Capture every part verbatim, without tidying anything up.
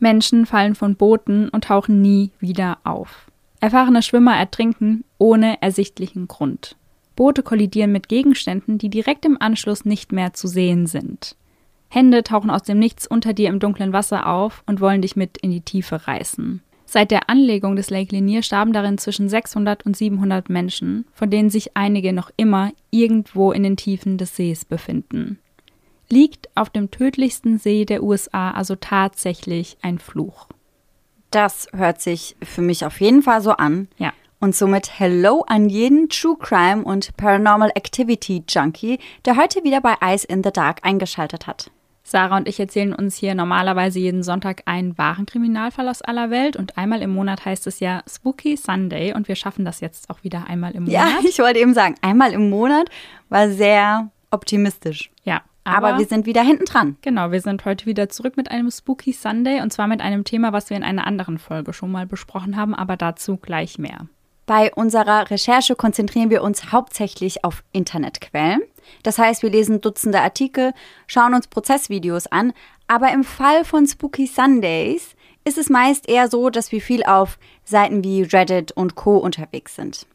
Menschen fallen von Booten und tauchen nie wieder auf. Erfahrene Schwimmer ertrinken ohne ersichtlichen Grund. Boote kollidieren mit Gegenständen, die direkt im Anschluss nicht mehr zu sehen sind. Hände tauchen aus dem Nichts unter dir im dunklen Wasser auf und wollen dich mit in die Tiefe reißen. Seit der Anlegung des Lake Lanier starben darin zwischen sechshundert und siebenhundert Menschen, von denen sich einige noch immer irgendwo in den Tiefen des Sees befinden. Liegt auf dem tödlichsten See der U S A also tatsächlich ein Fluch? Das hört sich für mich auf jeden Fall so an. Ja. Und somit Hello an jeden True Crime und Paranormal Activity Junkie, der heute wieder bei Eyes in the Dark eingeschaltet hat. Sarah und ich erzählen uns hier normalerweise jeden Sonntag einen wahren Kriminalfall aus aller Welt und einmal im Monat heißt es ja Spooky Sunday und wir schaffen das jetzt auch wieder einmal im Monat. Ja, ich wollte eben sagen, einmal im Monat war sehr optimistisch. Ja. Aber, aber wir sind wieder hinten dran. Genau, wir sind heute wieder zurück mit einem Spooky Sunday und zwar mit einem Thema, was wir in einer anderen Folge schon mal besprochen haben, aber dazu gleich mehr. Bei unserer Recherche konzentrieren wir uns hauptsächlich auf Internetquellen. Das heißt, wir lesen Dutzende Artikel, schauen uns Prozessvideos an, aber im Fall von Spooky Sundays ist es meist eher so, dass wir viel auf Seiten wie Reddit und Co. unterwegs sind.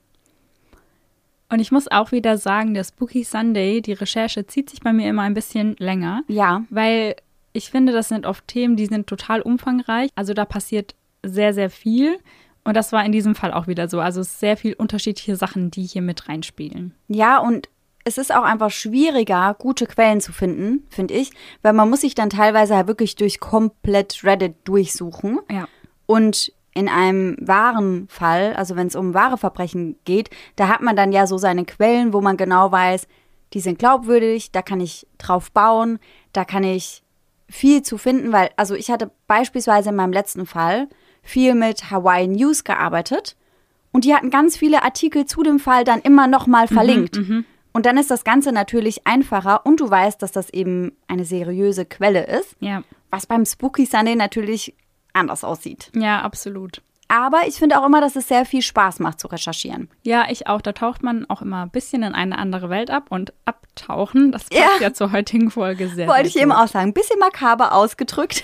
Und ich muss auch wieder sagen, der Spooky Sunday, die Recherche zieht sich bei mir immer ein bisschen länger. Ja. Weil ich finde, das sind oft Themen, die sind total umfangreich. Also da passiert sehr, sehr viel. Und das war in diesem Fall auch wieder so. Also es ist sehr viel unterschiedliche Sachen, die hier mit reinspielen. Ja, und es ist auch einfach schwieriger, gute Quellen zu finden, finde ich. Weil man muss sich dann teilweise halt wirklich durch komplett Reddit durchsuchen. Ja. Und in einem wahren Fall, also wenn es um wahre Verbrechen geht, da hat man dann ja so seine Quellen, wo man genau weiß, die sind glaubwürdig, da kann ich drauf bauen, da kann ich viel zu finden, weil, also ich hatte beispielsweise in meinem letzten Fall viel mit Hawaii News gearbeitet und die hatten ganz viele Artikel zu dem Fall dann immer nochmal verlinkt. Mhm, und dann ist das Ganze natürlich einfacher und du weißt, dass das eben eine seriöse Quelle ist, ja. Was beim Spooky Sunday natürlich anders aussieht. Ja, absolut. Aber ich finde auch immer, dass es sehr viel Spaß macht zu recherchieren. Ja, ich auch. Da taucht man auch immer ein bisschen in eine andere Welt ab und abtauchen, das passt ja, ja zur heutigen Folge sehr, Wollte sehr ich eben auch sagen. Ein bisschen makaber ausgedrückt,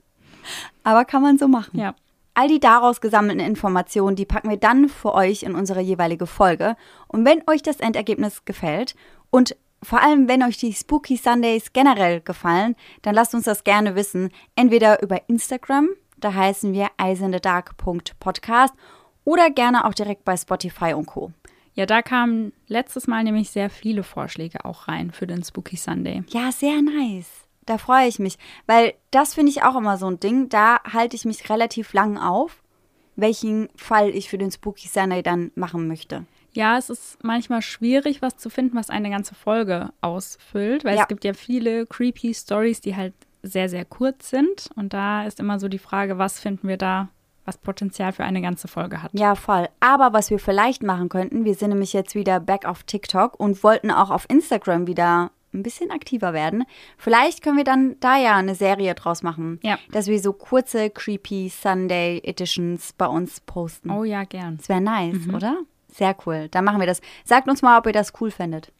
aber kann man so machen. Ja. All die daraus gesammelten Informationen, die packen wir dann für euch in unsere jeweilige Folge. Und wenn euch das Endergebnis gefällt und vor allem, wenn euch die Spooky Sundays generell gefallen, dann lasst uns das gerne wissen. Entweder über Instagram, da heißen wir eyes-in-the-dark punkt podcast oder gerne auch direkt bei Spotify und Co. Ja, da kamen letztes Mal nämlich sehr viele Vorschläge auch rein für den Spooky Sunday. Ja, sehr nice. Da freue ich mich, weil das finde ich auch immer so ein Ding. Da halte ich mich relativ lang auf, welchen Fall ich für den Spooky Sunday dann machen möchte. Ja, es ist manchmal schwierig, was zu finden, was eine ganze Folge ausfüllt, weil ja. es gibt ja viele creepy Stories, die halt sehr, sehr kurz sind. Und da ist immer so die Frage, was finden wir da, was Potenzial für eine ganze Folge hat. Ja, voll. Aber was wir vielleicht machen könnten, wir sind nämlich jetzt wieder back auf TikTok und wollten auch auf Instagram wieder ein bisschen aktiver werden. Vielleicht können wir dann da ja eine Serie draus machen. Ja. Dass wir so kurze, creepy Sunday Editions bei uns posten. Oh ja, gern. Das wäre nice, mhm. oder? Sehr cool. Dann machen wir das. Sagt uns mal, ob ihr das cool fändet.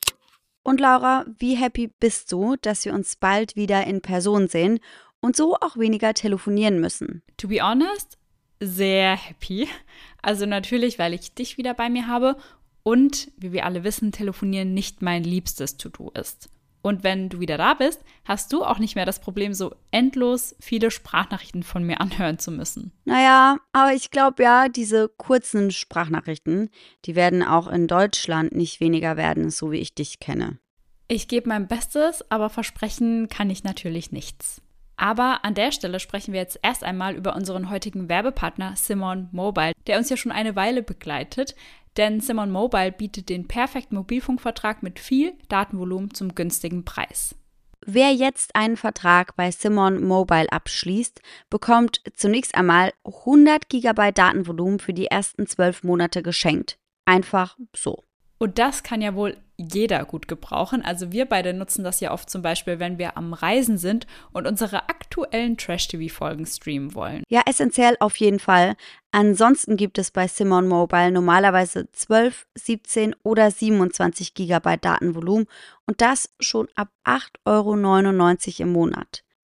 Und Laura, wie happy bist du, dass wir uns bald wieder in Person sehen und so auch weniger telefonieren müssen? To be honest, sehr happy. Also natürlich, weil ich dich wieder bei mir habe und, wie wir alle wissen, telefonieren nicht mein liebstes To-Do ist. Und wenn du wieder da bist, hast du auch nicht mehr das Problem, so endlos viele Sprachnachrichten von mir anhören zu müssen. Naja, aber ich glaube ja, diese kurzen Sprachnachrichten, die werden auch in Deutschland nicht weniger werden, so wie ich dich kenne. Ich gebe mein Bestes, aber versprechen kann ich natürlich nichts. Aber an der Stelle sprechen wir jetzt erst einmal über unseren heutigen Werbepartner Simon Mobile, der uns ja schon eine Weile begleitet. Denn Simon Mobile bietet den perfekten Mobilfunkvertrag mit viel Datenvolumen zum günstigen Preis. Wer jetzt einen Vertrag bei Simon Mobile abschließt, bekommt zunächst einmal hundert Gigabyte Datenvolumen für die ersten zwölf Monate geschenkt. Einfach so. Und das kann ja wohl jeder gut gebrauchen. Also wir beide nutzen das ja oft zum Beispiel, wenn wir am Reisen sind und unsere aktuellen Trash-T V-Folgen streamen wollen. Ja, essentiell auf jeden Fall. Ansonsten gibt es bei Simon Mobile normalerweise zwölf, siebzehn oder siebenundzwanzig Gigabyte Datenvolumen und das schon ab acht Euro neunundneunzig im Monat.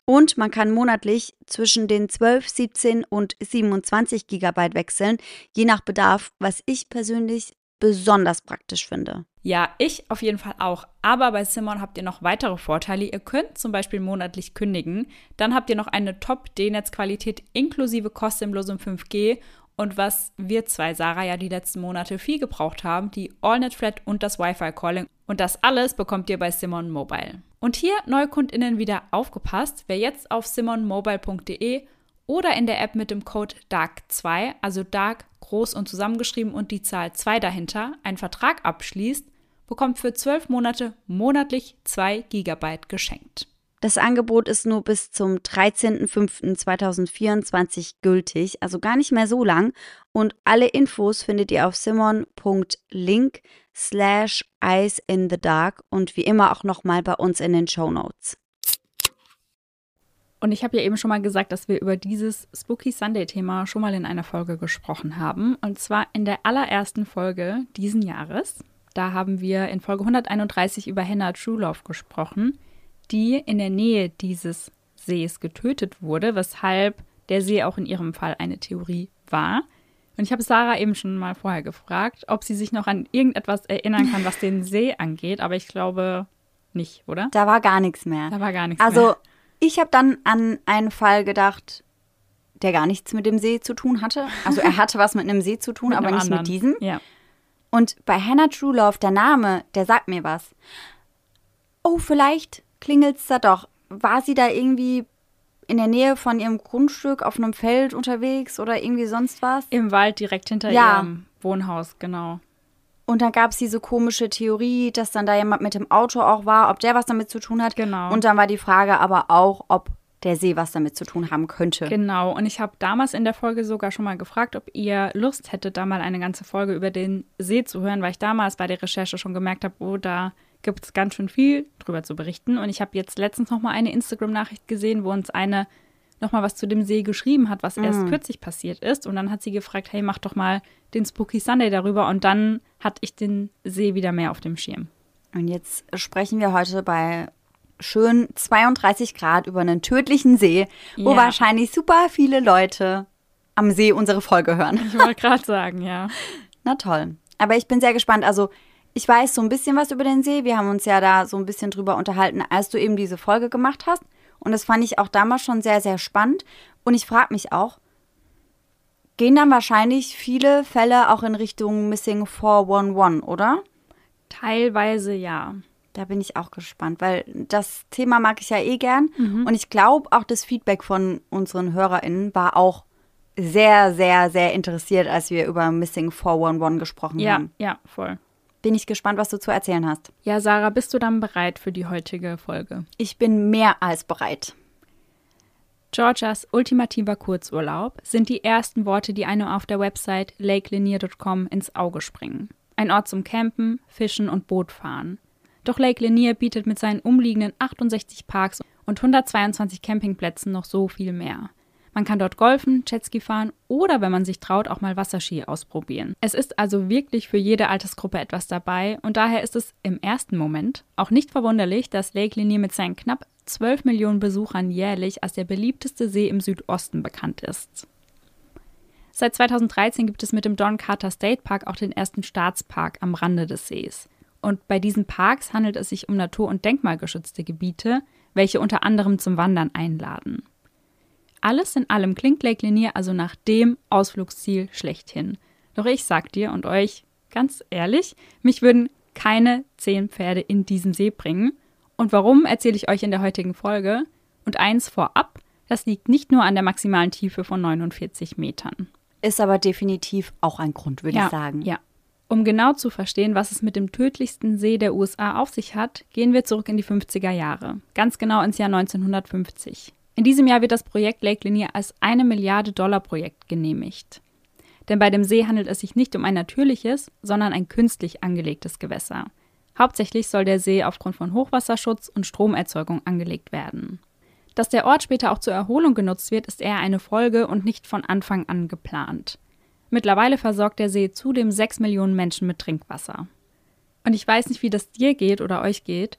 Und man kann monatlich zwischen den zwölf, siebzehn und siebenundzwanzig Gigabyte wechseln, je nach Bedarf, was ich persönlich besonders praktisch finde. Ja, ich auf jeden Fall auch. Aber bei Simon habt ihr noch weitere Vorteile. Ihr könnt zum Beispiel monatlich kündigen. Dann habt ihr noch eine Top-D-Netzqualität inklusive kostenlosem fünf G. Und was wir zwei, Sarah, ja die letzten Monate viel gebraucht haben, die AllNet-Flat und das Wi-Fi-Calling. Und das alles bekommt ihr bei Simon Mobile. Und hier NeukundInnen wieder aufgepasst. Wer jetzt auf simon mobile punkt de oder in der App mit dem Code D A R K zwei, also Dark groß und zusammengeschrieben und die Zahl zwei dahinter, einen Vertrag abschließt, bekommt für zwölf Monate monatlich zwei Gigabyte geschenkt. Das Angebot ist nur bis zum dreizehnten fünften zweitausendvierundzwanzig gültig, also gar nicht mehr so lang. Und alle Infos findet ihr auf simon punkt link slash eyes in the dark und wie immer auch nochmal bei uns in den Shownotes. Und ich habe ja eben schon mal gesagt, dass wir über dieses Spooky Sunday-Thema schon mal in einer Folge gesprochen haben. Und zwar in der allerersten Folge diesen Jahres. Da haben wir in Folge hunderteinunddreißig über Hannah Trulove gesprochen, die in der Nähe dieses Sees getötet wurde, weshalb der See auch in ihrem Fall eine Theorie war. Und ich habe Sarah eben schon mal vorher gefragt, ob sie sich noch an irgendetwas erinnern kann, was den See angeht. Aber ich glaube nicht, oder? Da war gar nichts mehr. Da war gar nichts also, mehr. Also ich habe dann an einen Fall gedacht, der gar nichts mit dem See zu tun hatte. Also er hatte was mit einem See zu tun, Mit aber einem nicht anderen. mit diesem. Ja. Und bei Hannah Trulove, der Name, der sagt mir was. Oh, vielleicht klingelt's da doch. War sie da irgendwie in der Nähe von ihrem Grundstück auf einem Feld unterwegs oder irgendwie sonst was? Im Wald direkt hinter Ja. ihrem Wohnhaus, genau. Und dann gab es diese komische Theorie, dass dann da jemand mit dem Auto auch war, ob der was damit zu tun hat. Genau. Und dann war die Frage aber auch, ob der See was damit zu tun haben könnte. Genau, und ich habe damals in der Folge sogar schon mal gefragt, ob ihr Lust hättet, da mal eine ganze Folge über den See zu hören, weil ich damals bei der Recherche schon gemerkt habe, oh, da gibt es ganz schön viel drüber zu berichten. Und ich habe jetzt letztens noch mal eine Instagram-Nachricht gesehen, wo uns eine noch mal was zu dem See geschrieben hat, was erst Mhm. kürzlich passiert ist. Und dann hat sie gefragt, hey, mach doch mal den Spooky Sunday darüber. Und dann hatte ich den See wieder mehr auf dem Schirm. Und jetzt sprechen wir heute bei schön zweiunddreißig Grad über einen tödlichen See, wo Ja. wahrscheinlich super viele Leute am See unsere Folge hören. Ich wollte gerade sagen, ja. Na toll. Aber ich bin sehr gespannt. Also ich weiß so ein bisschen was über den See. Wir haben uns ja da so ein bisschen drüber unterhalten, als du eben diese Folge gemacht hast. Und das fand ich auch damals schon sehr, sehr spannend. Und ich frage mich auch, gehen dann wahrscheinlich viele Fälle auch in Richtung Missing vier eins eins, oder? Teilweise ja. Da bin ich auch gespannt, weil das Thema mag ich ja eh gern. Mhm. Und ich glaube, auch das Feedback von unseren HörerInnen war auch sehr, sehr, sehr interessiert, als wir über Missing vier eins eins gesprochen Ja, haben. ja, voll. Bin ich gespannt, was du zu erzählen hast. Ja, Sarah, bist du dann bereit für die heutige Folge? Ich bin mehr als bereit. Georgias ultimativer Kurzurlaub sind die ersten Worte, die einem auf der Website lake lanier punkt com ins Auge springen. Ein Ort zum Campen, Fischen und Bootfahren. Doch Lake Lanier bietet mit seinen umliegenden achtundsechzig Parks und hundertzweiundzwanzig Campingplätzen noch so viel mehr. Man kann dort golfen, Jetski fahren oder, wenn man sich traut, auch mal Wasserski ausprobieren. Es ist also wirklich für jede Altersgruppe etwas dabei und daher ist es im ersten Moment auch nicht verwunderlich, dass Lake Lanier mit seinen knapp zwölf Millionen Besuchern jährlich als der beliebteste See im Südosten bekannt ist. Seit zweitausenddreizehn gibt es mit dem Don Carter State Park auch den ersten Staatspark am Rande des Sees. Und bei diesen Parks handelt es sich um natur- und denkmalgeschützte Gebiete, welche unter anderem zum Wandern einladen. Alles in allem klingt Lake Lanier also nach dem Ausflugsziel schlechthin. Doch ich sag dir und euch ganz ehrlich, mich würden keine zehn Pferde in diesen See bringen. Und warum, erzähle ich euch in der heutigen Folge. Und eins vorab, das liegt nicht nur an der maximalen Tiefe von neunundvierzig Metern. Ist aber definitiv auch ein Grund, würde ja, ich sagen. Ja. Um genau zu verstehen, was es mit dem tödlichsten See der U S A auf sich hat, gehen wir zurück in die fünfziger Jahre. Ganz genau ins Jahr neunzehnhundertfünfzig. In diesem Jahr wird das Projekt Lake Lanier als eine Milliarde Dollar Projekt genehmigt. Denn bei dem See handelt es sich nicht um ein natürliches, sondern ein künstlich angelegtes Gewässer. Hauptsächlich soll der See aufgrund von Hochwasserschutz und Stromerzeugung angelegt werden. Dass der Ort später auch zur Erholung genutzt wird, ist eher eine Folge und nicht von Anfang an geplant. Mittlerweile versorgt der See zudem sechs Millionen Menschen mit Trinkwasser. Und ich weiß nicht, wie das dir geht oder euch geht,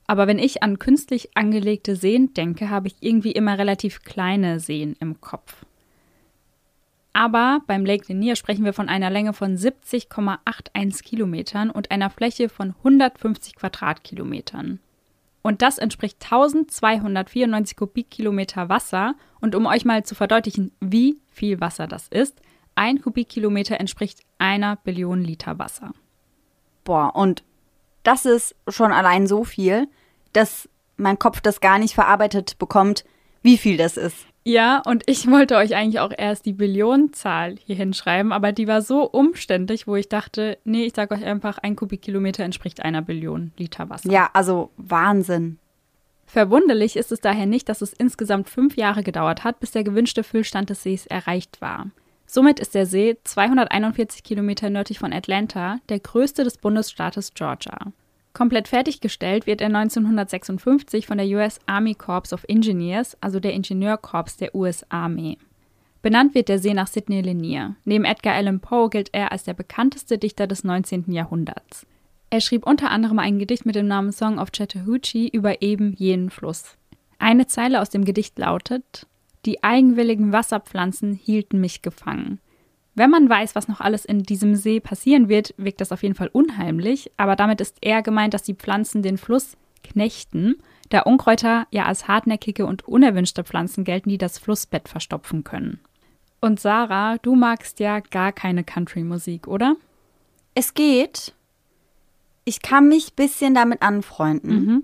Aber wenn ich an künstlich angelegte Seen denke, habe ich irgendwie immer relativ kleine Seen im Kopf. Aber beim Lake Lanier sprechen wir von einer Länge von siebzig Komma einundachtzig Kilometern und einer Fläche von hundertfünfzig Quadratkilometern. Und das entspricht eintausendzweihundertvierundneunzig Kubikkilometer Wasser. Und um euch mal zu verdeutlichen, wie viel Wasser das ist, ein Kubikkilometer entspricht einer Billion Liter Wasser. Boah, und das ist schon allein so viel, dass mein Kopf das gar nicht verarbeitet bekommt, wie viel das ist. Ja, und ich wollte euch eigentlich auch erst die Billionenzahl hier hinschreiben, aber die war so umständlich, wo ich dachte, nee, ich sage euch einfach, ein Kubikkilometer entspricht einer Billion Liter Wasser. Ja, also Wahnsinn. Verwunderlich ist es daher nicht, dass es insgesamt fünf Jahre gedauert hat, bis der gewünschte Füllstand des Sees erreicht war. Somit ist der See zweihunderteinundvierzig Kilometer nördlich von Atlanta der größte des Bundesstaates Georgia. Komplett fertiggestellt wird er neunzehnhundertsechsundfünfzig von der U S Army Corps of Engineers, also der Ingenieurkorps der U S-Armee. Benannt wird der See nach Sidney Lanier. Neben Edgar Allan Poe gilt er als der bekannteste Dichter des neunzehnten Jahrhunderts. Er schrieb unter anderem ein Gedicht mit dem Namen Song of Chattahoochee über eben jenen Fluss. Eine Zeile aus dem Gedicht lautet: Die eigenwilligen Wasserpflanzen hielten mich gefangen. Wenn man weiß, was noch alles in diesem See passieren wird, wirkt das auf jeden Fall unheimlich, aber damit ist eher gemeint, dass die Pflanzen den Fluss knechten, da Unkräuter ja als hartnäckige und unerwünschte Pflanzen gelten, die das Flussbett verstopfen können. Und Sarah, du magst ja gar keine Country-Musik, oder? Es geht. Ich kann mich ein bisschen damit anfreunden. Mhm.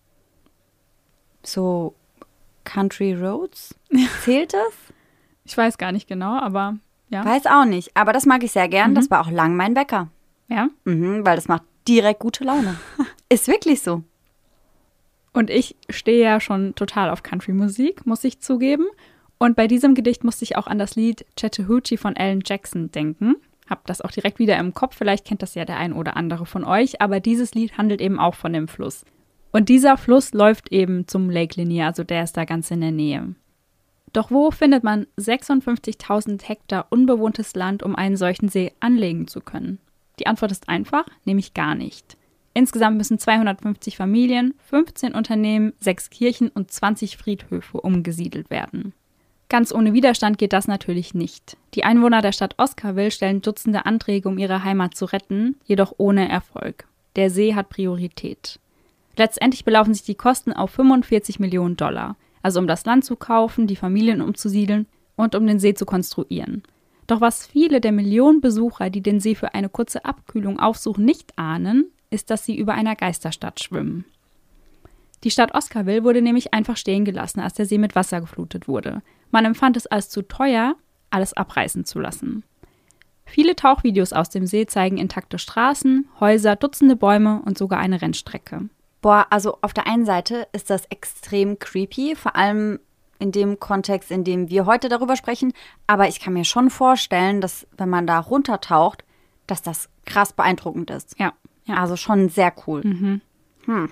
So Country Roads, zählt das? Ich weiß gar nicht genau, aber ja. Weiß auch nicht, aber das mag ich sehr gern. Mhm. Das war auch lang mein Wecker. Ja? Mhm, weil das macht direkt gute Laune. Ist wirklich so. Und ich stehe ja schon total auf Country-Musik, muss ich zugeben. Und bei diesem Gedicht musste ich auch an das Lied Chattahoochee von Alan Jackson denken. Hab das auch direkt wieder im Kopf. Vielleicht kennt das ja der ein oder andere von euch. Aber dieses Lied handelt eben auch von dem Fluss. Und dieser Fluss läuft eben zum Lake Lanier, also der ist da ganz in der Nähe. Doch wo findet man sechsundfünfzigtausend Hektar unbewohntes Land, um einen solchen See anlegen zu können? Die Antwort ist einfach, nämlich gar nicht. Insgesamt müssen zweihundertfünfzig Familien, fünfzehn Unternehmen, sechs Kirchen und zwanzig Friedhöfe umgesiedelt werden. Ganz ohne Widerstand geht das natürlich nicht. Die Einwohner der Stadt Oscarville stellen Dutzende Anträge, um ihre Heimat zu retten, jedoch ohne Erfolg. Der See hat Priorität. Letztendlich belaufen sich die Kosten auf fünfundvierzig Millionen Dollar. Also um das Land zu kaufen, die Familien umzusiedeln und um den See zu konstruieren. Doch was viele der Millionen Besucher, die den See für eine kurze Abkühlung aufsuchen, nicht ahnen, ist, dass sie über einer Geisterstadt schwimmen. Die Stadt Oscarville wurde nämlich einfach stehen gelassen, als der See mit Wasser geflutet wurde. Man empfand es als zu teuer, alles abreißen zu lassen. Viele Tauchvideos aus dem See zeigen intakte Straßen, Häuser, Dutzende Bäume und sogar eine Rennstrecke. Boah, also auf der einen Seite ist das extrem creepy, vor allem in dem Kontext, in dem wir heute darüber sprechen. Aber ich kann mir schon vorstellen, dass, wenn man da runtertaucht, dass das krass beeindruckend ist. Ja. ja. Also schon sehr cool. Mhm. Hm.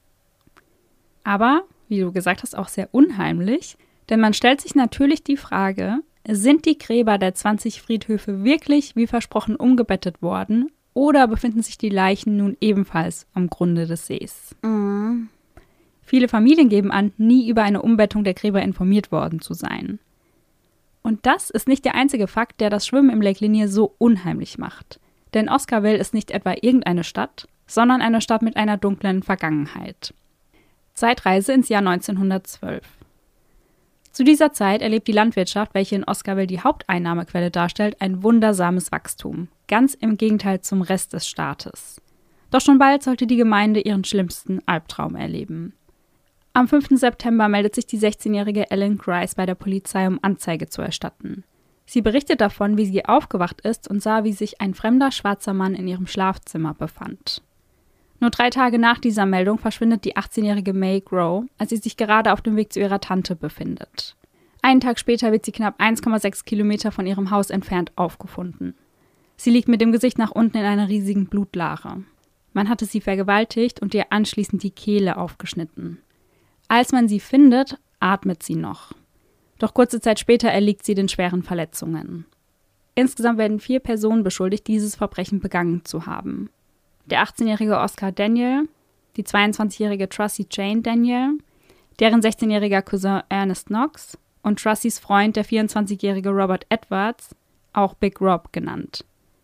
Aber, wie du gesagt hast, auch sehr unheimlich. Denn man stellt sich natürlich die Frage, sind die Gräber der zwanzig Friedhöfe wirklich wie versprochen umgebettet worden? Oder befinden sich die Leichen nun ebenfalls am Grunde des Sees? Mhm. Viele Familien geben an, nie über eine Umbettung der Gräber informiert worden zu sein. Und das ist nicht der einzige Fakt, der das Schwimmen im Lake Lanier so unheimlich macht. Denn Oscarville ist nicht etwa irgendeine Stadt, sondern eine Stadt mit einer dunklen Vergangenheit. Zeitreise ins Jahr neunzehnhundertzwölf. Zu dieser Zeit erlebt die Landwirtschaft, welche in Oscarville die Haupteinnahmequelle darstellt, ein wundersames Wachstum. Ganz im Gegenteil zum Rest des Staates. Doch schon bald sollte die Gemeinde ihren schlimmsten Albtraum erleben. Am fünften September meldet sich die sechzehnjährige Ellen Grice bei der Polizei, um Anzeige zu erstatten. Sie berichtet davon, wie sie aufgewacht ist und sah, wie sich ein fremder schwarzer Mann in ihrem Schlafzimmer befand. Nur drei Tage nach dieser Meldung verschwindet die achtzehnjährige May Grow, als sie sich gerade auf dem Weg zu ihrer Tante befindet. Einen Tag später wird sie knapp eins Komma sechs Kilometer von ihrem Haus entfernt aufgefunden. Sie liegt mit dem Gesicht nach unten in einer riesigen Blutlache. Man hatte sie vergewaltigt und ihr anschließend die Kehle aufgeschnitten. Als man sie findet, atmet sie noch. Doch kurze Zeit später erliegt sie den schweren Verletzungen. Insgesamt werden vier Personen beschuldigt, dieses Verbrechen begangen zu haben. Der achtzehnjährige Oscar Daniel, die zweiundzwanzigjährige Trussie Jane Daniel, deren sechzehnjähriger Cousin Ernest Knox und Trussies Freund, der vierundzwanzigjährige Robert Edwards, auch Big Rob genannt.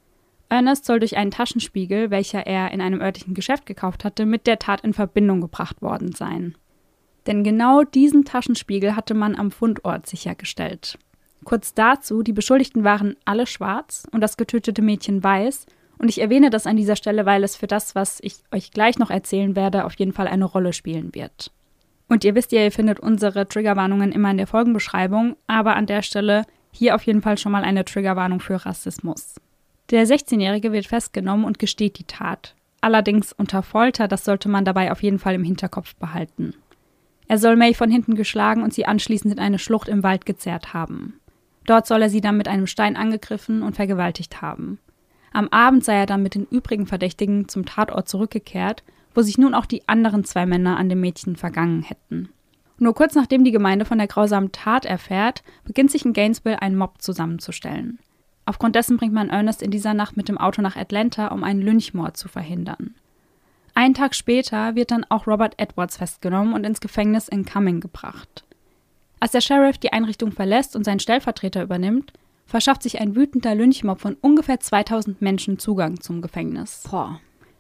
Ernest soll durch einen Taschenspiegel, welcher er in einem örtlichen Geschäft gekauft hatte, mit der Tat in Verbindung gebracht worden sein. Denn genau diesen Taschenspiegel hatte man am Fundort sichergestellt. Kurz dazu, die Beschuldigten waren alle schwarz und das getötete Mädchen weiß. Und ich erwähne das an dieser Stelle, weil es für das, was ich euch gleich noch erzählen werde, auf jeden Fall eine Rolle spielen wird. Und ihr wisst ja, ihr findet unsere Triggerwarnungen immer in der Folgenbeschreibung, aber an der Stelle hier auf jeden Fall schon mal eine Triggerwarnung für Rassismus. Der sechzehnjährige wird festgenommen und gesteht die Tat. Allerdings unter Folter, das sollte man dabei auf jeden Fall im Hinterkopf behalten. Er soll May von hinten geschlagen und sie anschließend in eine Schlucht im Wald gezerrt haben. Dort soll er sie dann mit einem Stein angegriffen und vergewaltigt haben. Am Abend sei er dann mit den übrigen Verdächtigen zum Tatort zurückgekehrt, wo sich nun auch die anderen zwei Männer an dem Mädchen vergangen hätten. Nur kurz nachdem die Gemeinde von der grausamen Tat erfährt, beginnt sich in Gainesville ein Mob zusammenzustellen. Aufgrund dessen bringt man Ernest in dieser Nacht mit dem Auto nach Atlanta, um einen Lynchmord zu verhindern. Einen Tag später wird dann auch Robert Edwards festgenommen und ins Gefängnis in Cumming gebracht. Als der Sheriff die Einrichtung verlässt und seinen Stellvertreter übernimmt, verschafft sich ein wütender Lynchmob von ungefähr zweitausend Menschen Zugang zum Gefängnis. Boah.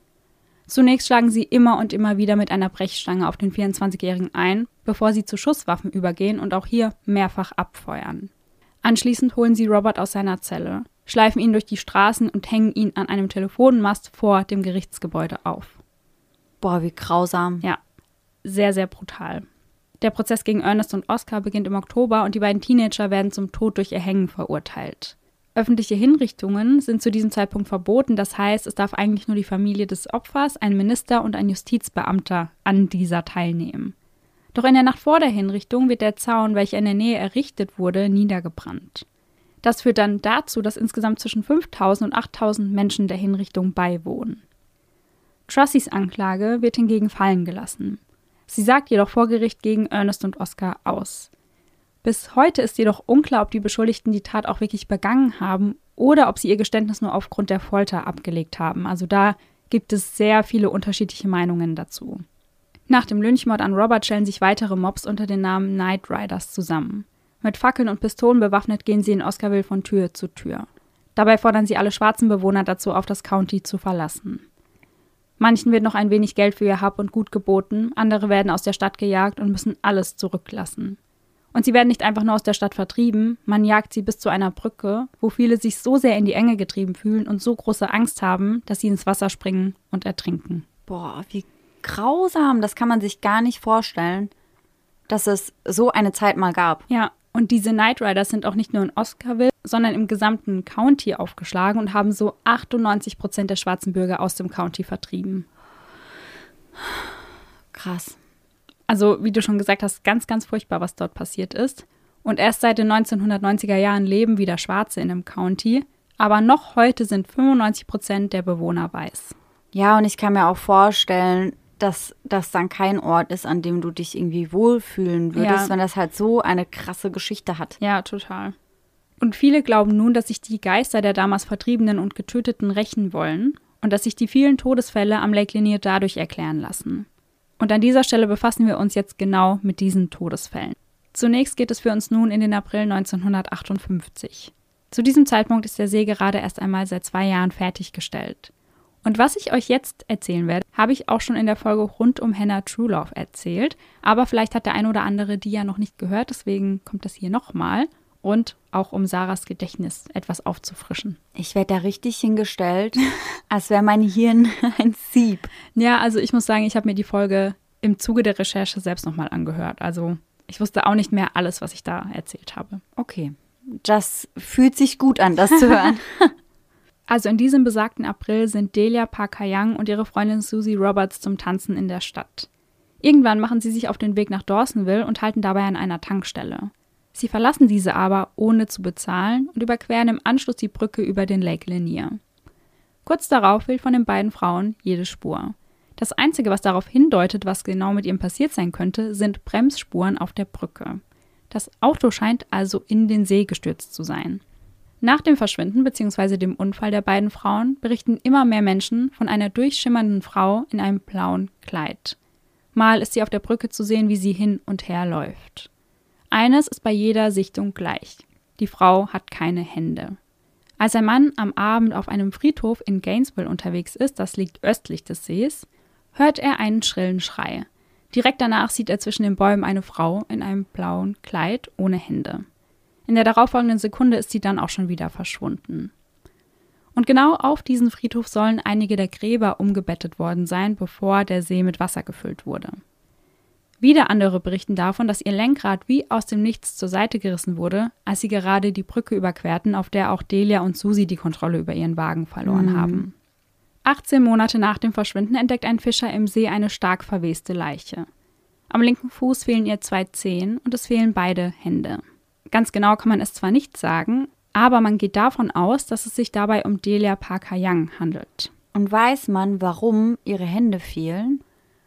Zunächst schlagen sie immer und immer wieder mit einer Brechstange auf den vierundzwanzigjährigen ein, bevor sie zu Schusswaffen übergehen und auch hier mehrfach abfeuern. Anschließend holen sie Robert aus seiner Zelle, schleifen ihn durch die Straßen und hängen ihn an einem Telefonmast vor dem Gerichtsgebäude auf. Boah, wie grausam. Ja, sehr, sehr brutal. Der Prozess gegen Ernest und Oscar beginnt im Oktober und die beiden Teenager werden zum Tod durch Erhängen verurteilt. Öffentliche Hinrichtungen sind zu diesem Zeitpunkt verboten, das heißt, es darf eigentlich nur die Familie des Opfers, ein Minister und ein Justizbeamter an dieser teilnehmen. Doch in der Nacht vor der Hinrichtung wird der Zaun, welcher in der Nähe errichtet wurde, niedergebrannt. Das führt dann dazu, dass insgesamt zwischen fünftausend und achttausend Menschen der Hinrichtung beiwohnen. Trussies Anklage wird hingegen fallen gelassen. Sie sagt jedoch vor Gericht gegen Ernest und Oscar aus. Bis heute ist jedoch unklar, ob die Beschuldigten die Tat auch wirklich begangen haben oder ob sie ihr Geständnis nur aufgrund der Folter abgelegt haben. Also da gibt es sehr viele unterschiedliche Meinungen dazu. Nach dem Lynchmord an Robert stellen sich weitere Mobs unter dem Namen Night Riders zusammen. Mit Fackeln und Pistolen bewaffnet gehen sie in Oscarville von Tür zu Tür. Dabei fordern sie alle schwarzen Bewohner dazu auf, das County zu verlassen. Manchen wird noch ein wenig Geld für ihr Hab und Gut geboten, andere werden aus der Stadt gejagt und müssen alles zurücklassen. Und sie werden nicht einfach nur aus der Stadt vertrieben, man jagt sie bis zu einer Brücke, wo viele sich so sehr in die Enge getrieben fühlen und so große Angst haben, dass sie ins Wasser springen und ertrinken. Boah, wie grausam, das kann man sich gar nicht vorstellen, dass es so eine Zeit mal gab. Ja, und diese Night Riders sind auch nicht nur in Oscarville, sondern im gesamten County aufgeschlagen und haben so achtundneunzig Prozent der schwarzen Bürger aus dem County vertrieben. Krass. Also, wie du schon gesagt hast, ganz, ganz furchtbar, was dort passiert ist. Und erst seit den neunzehnhundertneunziger Jahren leben wieder Schwarze in dem County. Aber noch heute sind fünfundneunzig Prozent der Bewohner weiß. Ja, und ich kann mir auch vorstellen, dass das dann kein Ort ist, an dem du dich irgendwie wohlfühlen würdest, Ja. wenn das halt so eine krasse Geschichte hat. Ja, total. Und viele glauben nun, dass sich die Geister der damals Vertriebenen und Getöteten rächen wollen und dass sich die vielen Todesfälle am Lake Lanier dadurch erklären lassen. Und an dieser Stelle befassen wir uns jetzt genau mit diesen Todesfällen. Zunächst geht es für uns nun in den April neunzehnhundertachtundfünfzig. Zu diesem Zeitpunkt ist der See gerade erst einmal seit zwei Jahren fertiggestellt. Und was ich euch jetzt erzählen werde, habe ich auch schon in der Folge rund um Hannah True Love erzählt. Aber vielleicht hat der ein oder andere die ja noch nicht gehört, deswegen kommt das hier nochmal. Und auch um Sarahs Gedächtnis etwas aufzufrischen. Ich werde da richtig hingestellt, als wäre mein Hirn ein Sieb. Ja, also ich muss sagen, ich habe mir die Folge im Zuge der Recherche selbst nochmal angehört. Also ich wusste auch nicht mehr alles, was ich da erzählt habe. Okay, das fühlt sich gut an, das zu hören. Also in diesem besagten April sind Delia Parker Young und ihre Freundin Susie Roberts zum Tanzen in der Stadt. Irgendwann machen sie sich auf den Weg nach Dawsonville und halten dabei an einer Tankstelle. Sie verlassen diese aber, ohne zu bezahlen, und überqueren im Anschluss die Brücke über den Lake Lanier. Kurz darauf fehlt von den beiden Frauen jede Spur. Das Einzige, was darauf hindeutet, was genau mit ihm passiert sein könnte, sind Bremsspuren auf der Brücke. Das Auto scheint also in den See gestürzt zu sein. Nach dem Verschwinden bzw. dem Unfall der beiden Frauen berichten immer mehr Menschen von einer durchschimmernden Frau in einem blauen Kleid. Mal ist sie auf der Brücke zu sehen, wie sie hin und her läuft. Eines ist bei jeder Sichtung gleich: Die Frau hat keine Hände. Als ein Mann am Abend auf einem Friedhof in Gainesville unterwegs ist, das liegt östlich des Sees, hört er einen schrillen Schrei. Direkt danach sieht er zwischen den Bäumen eine Frau in einem blauen Kleid ohne Hände. In der darauffolgenden Sekunde ist sie dann auch schon wieder verschwunden. Und genau auf diesen Friedhof sollen einige der Gräber umgebettet worden sein, bevor der See mit Wasser gefüllt wurde. Wieder andere berichten davon, dass ihr Lenkrad wie aus dem Nichts zur Seite gerissen wurde, als sie gerade die Brücke überquerten, auf der auch Delia und Susie die Kontrolle über ihren Wagen verloren mhm. haben. achtzehn Monate nach dem Verschwinden entdeckt ein Fischer im See eine stark verweste Leiche. Am linken Fuß fehlen ihr zwei Zehen und es fehlen beide Hände. Ganz genau kann man es zwar nicht sagen, aber man geht davon aus, dass es sich dabei um Delia Parker Young handelt. Und weiß man, warum ihre Hände fehlen?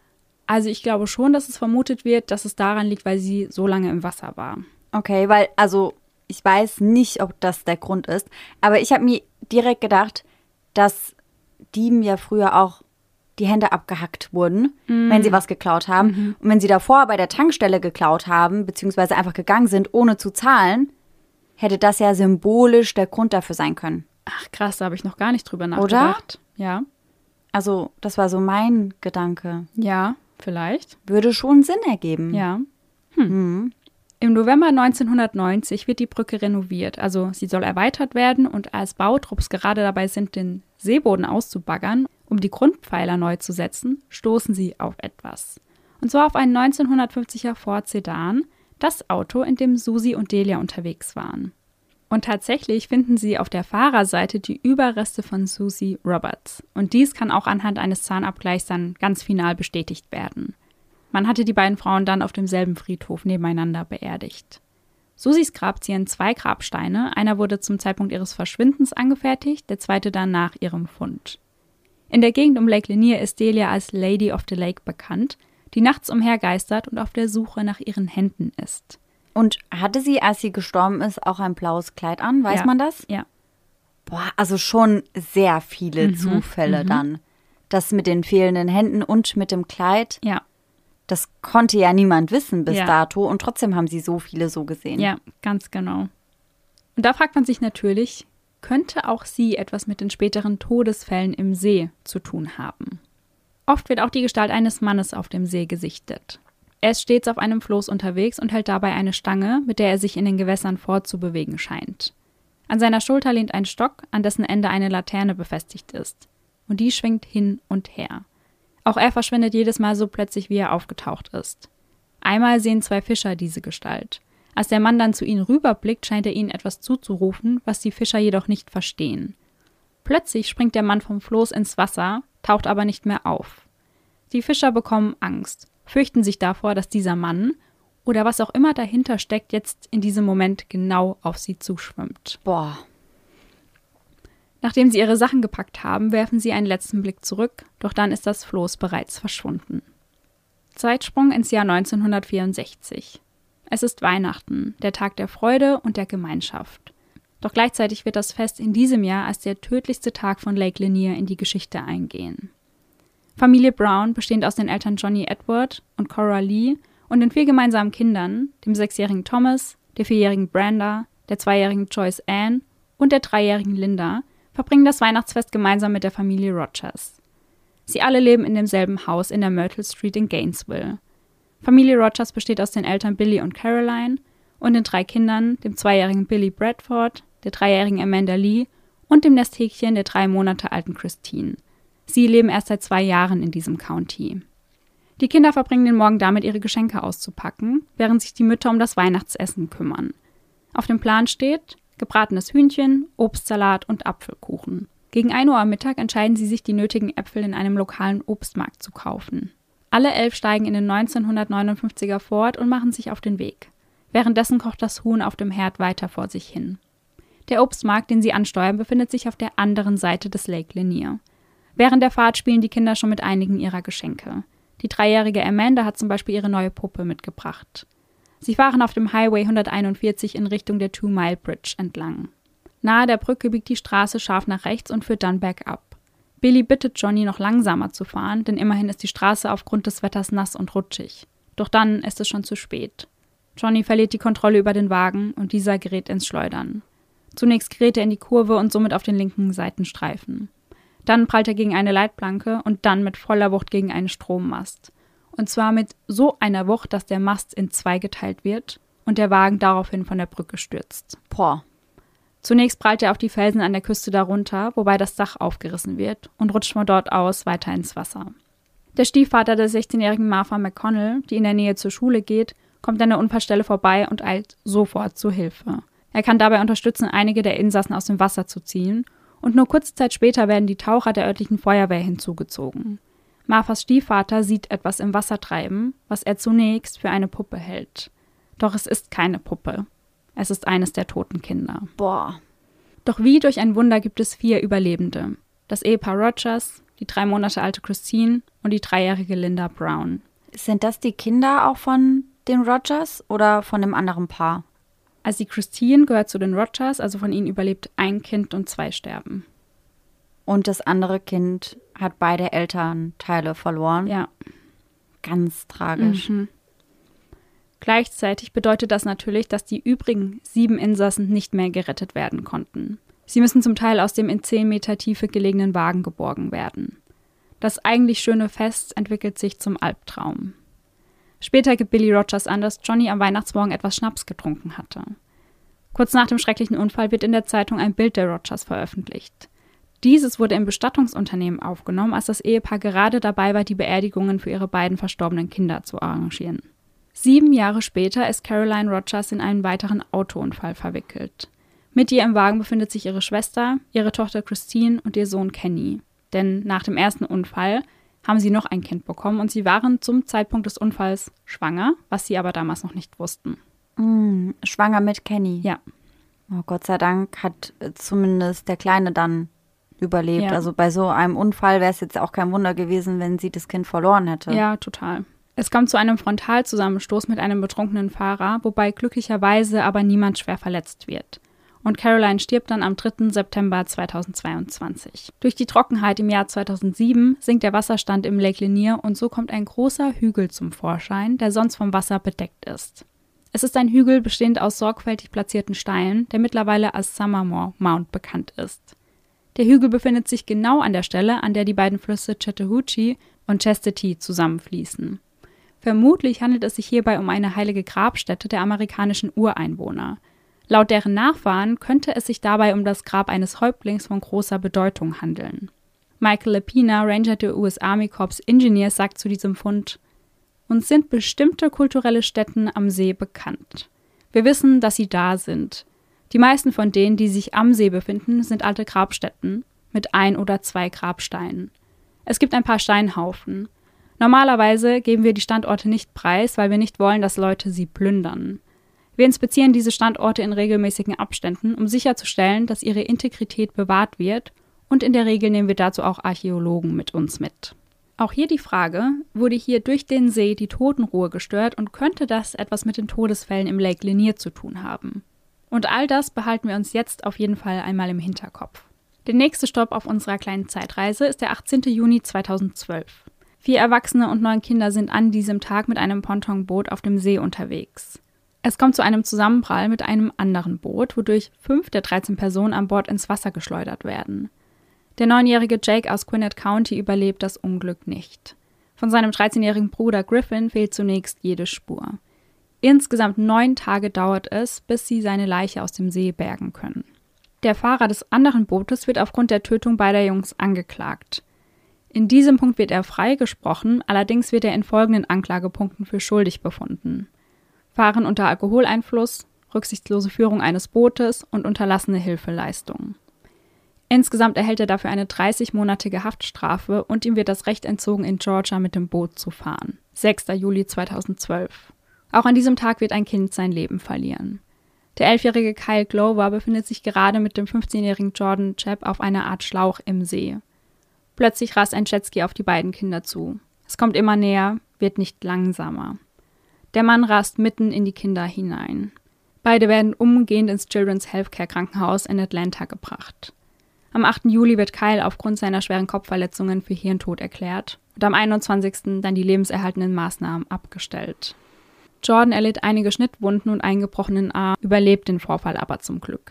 Also ich glaube schon, dass es vermutet wird, dass es daran liegt, weil sie so lange im Wasser war. Okay, weil, also ich weiß nicht, ob das der Grund ist, aber ich habe mir direkt gedacht, dass Dieben ja früher auch die Hände abgehackt wurden, mm. wenn sie was geklaut haben. Mhm. Und wenn sie davor bei der Tankstelle geklaut haben, beziehungsweise einfach gegangen sind, ohne zu zahlen, hätte das ja symbolisch der Grund dafür sein können. Ach krass, da habe ich noch gar nicht drüber nachgedacht. Oder? Ja. Also, das war so mein Gedanke. Ja, vielleicht. Würde schon Sinn ergeben. Ja. Hm. Mhm. Im November neunzehnhundertneunzig wird die Brücke renoviert, also sie soll erweitert werden, und als Bautrupps gerade dabei sind, den Seeboden auszubaggern, um die Grundpfeiler neu zu setzen, stoßen sie auf etwas. Und zwar auf einen neunzehnhundertfünfziger Ford Sedan, das Auto, in dem Susie und Delia unterwegs waren. Und tatsächlich finden sie auf der Fahrerseite die Überreste von Susie Roberts. Und dies kann auch anhand eines Zahnabgleichs dann ganz final bestätigt werden. Man hatte die beiden Frauen dann auf demselben Friedhof nebeneinander beerdigt. Susies Grab zieren zwei Grabsteine, einer wurde zum Zeitpunkt ihres Verschwindens angefertigt, der zweite dann nach ihrem Fund. In der Gegend um Lake Lanier ist Delia als Lady of the Lake bekannt, die nachts umhergeistert und auf der Suche nach ihren Händen ist. Und hatte sie, als sie gestorben ist, auch ein blaues Kleid an? Weiß ja. man das? Ja. Boah, also schon sehr viele Mhm. Zufälle Mhm. dann. Das mit den fehlenden Händen und mit dem Kleid. Ja. Das konnte ja niemand wissen bis Ja. dato und trotzdem haben sie so viele so gesehen. Ja, ganz genau. Und da fragt man sich natürlich, könnte auch sie etwas mit den späteren Todesfällen im See zu tun haben? Oft wird auch die Gestalt eines Mannes auf dem See gesichtet. Er ist stets auf einem Floß unterwegs und hält dabei eine Stange, mit der er sich in den Gewässern fortzubewegen scheint. An seiner Schulter lehnt ein Stock, an dessen Ende eine Laterne befestigt ist. Und die schwingt hin und her. Auch er verschwindet jedes Mal so plötzlich, wie er aufgetaucht ist. Einmal sehen zwei Fischer diese Gestalt. Als der Mann dann zu ihnen rüberblickt, scheint er ihnen etwas zuzurufen, was die Fischer jedoch nicht verstehen. Plötzlich springt der Mann vom Floß ins Wasser, taucht aber nicht mehr auf. Die Fischer bekommen Angst, fürchten sich davor, dass dieser Mann oder was auch immer dahinter steckt, jetzt in diesem Moment genau auf sie zuschwimmt. Boah. Nachdem sie ihre Sachen gepackt haben, werfen sie einen letzten Blick zurück, doch dann ist das Floß bereits verschwunden. Zeitsprung ins Jahr neunzehnhundertvierundsechzig. Es ist Weihnachten, der Tag der Freude und der Gemeinschaft. Doch gleichzeitig wird das Fest in diesem Jahr als der tödlichste Tag von Lake Lanier in die Geschichte eingehen. Familie Brown, bestehend aus den Eltern Johnny Edward und Cora Lee und den vier gemeinsamen Kindern, dem sechsjährigen Thomas, der vierjährigen Brenda, der zweijährigen Joyce Ann und der dreijährigen Linda, verbringen das Weihnachtsfest gemeinsam mit der Familie Rogers. Sie alle leben in demselben Haus in der Myrtle Street in Gainesville. Familie Rogers besteht aus den Eltern Billy und Caroline und den drei Kindern, dem zweijährigen Billy Bradford, der dreijährigen Amanda Lee und dem Nesthäkchen der drei Monate alten Christine. Sie leben erst seit zwei Jahren in diesem County. Die Kinder verbringen den Morgen damit, ihre Geschenke auszupacken, während sich die Mütter um das Weihnachtsessen kümmern. Auf dem Plan steht gebratenes Hühnchen, Obstsalat und Apfelkuchen. Gegen ein Uhr am Mittag entscheiden sie sich, die nötigen Äpfel in einem lokalen Obstmarkt zu kaufen. Alle elf steigen in den neunzehnhundertneunundfünfziger Ford und machen sich auf den Weg. Währenddessen kocht das Huhn auf dem Herd weiter vor sich hin. Der Obstmarkt, den sie ansteuern, befindet sich auf der anderen Seite des Lake Lanier. Während der Fahrt spielen die Kinder schon mit einigen ihrer Geschenke. Die dreijährige Amanda hat zum Beispiel ihre neue Puppe mitgebracht. Sie fahren auf dem Highway hunderteinundvierzig in Richtung der Two Mile Bridge entlang. Nahe der Brücke biegt die Straße scharf nach rechts und führt dann bergab. Billy bittet Johnny, noch langsamer zu fahren, denn immerhin ist die Straße aufgrund des Wetters nass und rutschig. Doch dann ist es schon zu spät. Johnny verliert die Kontrolle über den Wagen und dieser gerät ins Schleudern. Zunächst gerät er in die Kurve und somit auf den linken Seitenstreifen. Dann prallt er gegen eine Leitplanke und dann mit voller Wucht gegen einen Strommast. Und zwar mit so einer Wucht, dass der Mast in zwei geteilt wird und der Wagen daraufhin von der Brücke stürzt. Boah. Zunächst prallt er auf die Felsen an der Küste darunter, wobei das Dach aufgerissen wird und rutscht von dort aus weiter ins Wasser. Der Stiefvater der sechzehnjährigen Martha McConnell, die in der Nähe zur Schule geht, kommt an der Unfallstelle vorbei und eilt sofort zu Hilfe. Er kann dabei unterstützen, einige der Insassen aus dem Wasser zu ziehen, und nur kurze Zeit später werden die Taucher der örtlichen Feuerwehr hinzugezogen. Marthas Stiefvater sieht etwas im Wasser treiben, was er zunächst für eine Puppe hält. Doch es ist keine Puppe. Es ist eines der toten Kinder. Boah. Doch wie durch ein Wunder gibt es vier Überlebende. Das Ehepaar Rogers, die drei Monate alte Christine und die dreijährige Linda Brown. Sind das die Kinder auch von den Rogers oder von dem anderen Paar? Also die Christine gehört zu den Rogers, also von ihnen überlebt ein Kind und zwei sterben. Und das andere Kind hat beide Elternteile verloren? Ja. Ganz tragisch. Mhm. Gleichzeitig bedeutet das natürlich, dass die übrigen sieben Insassen nicht mehr gerettet werden konnten. Sie müssen zum Teil aus dem in zehn Meter Tiefe gelegenen Wagen geborgen werden. Das eigentlich schöne Fest entwickelt sich zum Albtraum. Später gibt Billy Rogers an, dass Johnny am Weihnachtsmorgen etwas Schnaps getrunken hatte. Kurz nach dem schrecklichen Unfall wird in der Zeitung ein Bild der Rogers veröffentlicht. Dieses wurde im Bestattungsunternehmen aufgenommen, als das Ehepaar gerade dabei war, die Beerdigungen für ihre beiden verstorbenen Kinder zu arrangieren. Sieben Jahre später ist Caroline Rogers in einen weiteren Autounfall verwickelt. Mit ihr im Wagen befindet sich ihre Schwester, ihre Tochter Christine und ihr Sohn Kenny. Denn nach dem ersten Unfall haben sie noch ein Kind bekommen und sie waren zum Zeitpunkt des Unfalls schwanger, was sie aber damals noch nicht wussten. Mm, schwanger mit Kenny? Ja. Oh, Gott sei Dank hat zumindest der Kleine dann überlebt. Ja. Also bei so einem Unfall wäre es jetzt auch kein Wunder gewesen, wenn sie das Kind verloren hätte. Ja, total. Es kommt zu einem Frontalzusammenstoß mit einem betrunkenen Fahrer, wobei glücklicherweise aber niemand schwer verletzt wird. Und Caroline stirbt dann am dritten September zweitausendzweiundzwanzig. Durch die Trockenheit im Jahr zweitausendsieben sinkt der Wasserstand im Lake Lanier und so kommt ein großer Hügel zum Vorschein, der sonst vom Wasser bedeckt ist. Es ist ein Hügel bestehend aus sorgfältig platzierten Steinen, der mittlerweile als Summermore Mount bekannt ist. Der Hügel befindet sich genau an der Stelle, an der die beiden Flüsse Chattahoochee und Chastity zusammenfließen. Vermutlich handelt es sich hierbei um eine heilige Grabstätte der amerikanischen Ureinwohner. Laut deren Nachfahren könnte es sich dabei um das Grab eines Häuptlings von großer Bedeutung handeln. Michael Lepina, Ranger der U S Army Corps Engineers, sagt zu diesem Fund: Uns sind bestimmte kulturelle Stätten am See bekannt. Wir wissen, dass sie da sind. Die meisten von denen, die sich am See befinden, sind alte Grabstätten mit ein oder zwei Grabsteinen. Es gibt ein paar Steinhaufen. Normalerweise geben wir die Standorte nicht preis, weil wir nicht wollen, dass Leute sie plündern. Wir inspizieren diese Standorte in regelmäßigen Abständen, um sicherzustellen, dass ihre Integrität bewahrt wird, und in der Regel nehmen wir dazu auch Archäologen mit uns mit. Auch hier die Frage, wurde hier durch den See die Totenruhe gestört und könnte das etwas mit den Todesfällen im Lake Lanier zu tun haben? Und all das behalten wir uns jetzt auf jeden Fall einmal im Hinterkopf. Der nächste Stopp auf unserer kleinen Zeitreise ist der achtzehnten Juni zweitausendzwölf. Vier Erwachsene und neun Kinder sind an diesem Tag mit einem Pontonboot auf dem See unterwegs. Es kommt zu einem Zusammenprall mit einem anderen Boot, wodurch fünf der dreizehn Personen an Bord ins Wasser geschleudert werden. Der neunjährige Jake aus Gwinnett County überlebt das Unglück nicht. Von seinem dreizehnjährigen Bruder Griffin fehlt zunächst jede Spur. Insgesamt neun Tage dauert es, bis sie seine Leiche aus dem See bergen können. Der Fahrer des anderen Bootes wird aufgrund der Tötung beider Jungs angeklagt. In diesem Punkt wird er freigesprochen, allerdings wird er in folgenden Anklagepunkten für schuldig befunden: Fahren unter Alkoholeinfluss, rücksichtslose Führung eines Bootes und unterlassene Hilfeleistung. Insgesamt erhält er dafür eine dreißigmonatige Haftstrafe und ihm wird das Recht entzogen, in Georgia mit dem Boot zu fahren. sechster Juli zweitausendzwölf. Auch an diesem Tag wird ein Kind sein Leben verlieren. Der elfjährige Kyle Glover befindet sich gerade mit dem fünfzehnjährigen Jordan Chepp auf einer Art Schlauch im See. Plötzlich rast ein Jetski auf die beiden Kinder zu. Es kommt immer näher, wird nicht langsamer. Der Mann rast mitten in die Kinder hinein. Beide werden umgehend ins Children's Healthcare Krankenhaus in Atlanta gebracht. Am achten Juli wird Kyle aufgrund seiner schweren Kopfverletzungen für Hirntod erklärt und am einundzwanzigsten dann die lebenserhaltenden Maßnahmen abgestellt. Jordan erlitt einige Schnittwunden und eingebrochenen Arm, überlebt den Vorfall aber zum Glück.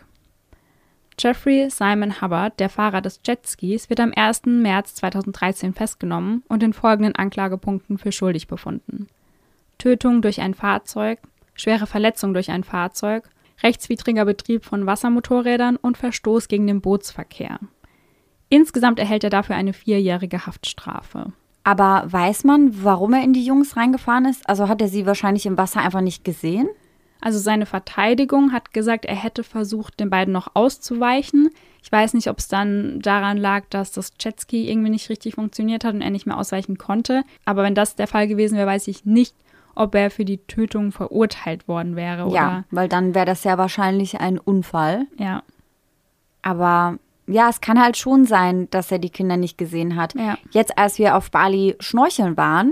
Jeffrey Simon Hubbard, der Fahrer des Jetskis, wird am ersten März zweitausenddreizehn festgenommen und in folgenden Anklagepunkten für schuldig befunden: Tötung durch ein Fahrzeug, schwere Verletzung durch ein Fahrzeug, rechtswidriger Betrieb von Wassermotorrädern und Verstoß gegen den Bootsverkehr. Insgesamt erhält er dafür eine vierjährige Haftstrafe. Aber weiß man, warum er in die Jungs reingefahren ist? Also hat er sie wahrscheinlich im Wasser einfach nicht gesehen? Also seine Verteidigung hat gesagt, er hätte versucht, den beiden noch auszuweichen. Ich weiß nicht, ob es dann daran lag, dass das Jetski irgendwie nicht richtig funktioniert hat und er nicht mehr ausweichen konnte. Aber wenn das der Fall gewesen wäre, weiß ich nicht, ob er für die Tötung verurteilt worden wäre. Oder? Ja, weil dann wäre das ja wahrscheinlich ein Unfall. Ja. Aber ja, es kann halt schon sein, dass er die Kinder nicht gesehen hat. Ja. Jetzt, als wir auf Bali schnorcheln waren,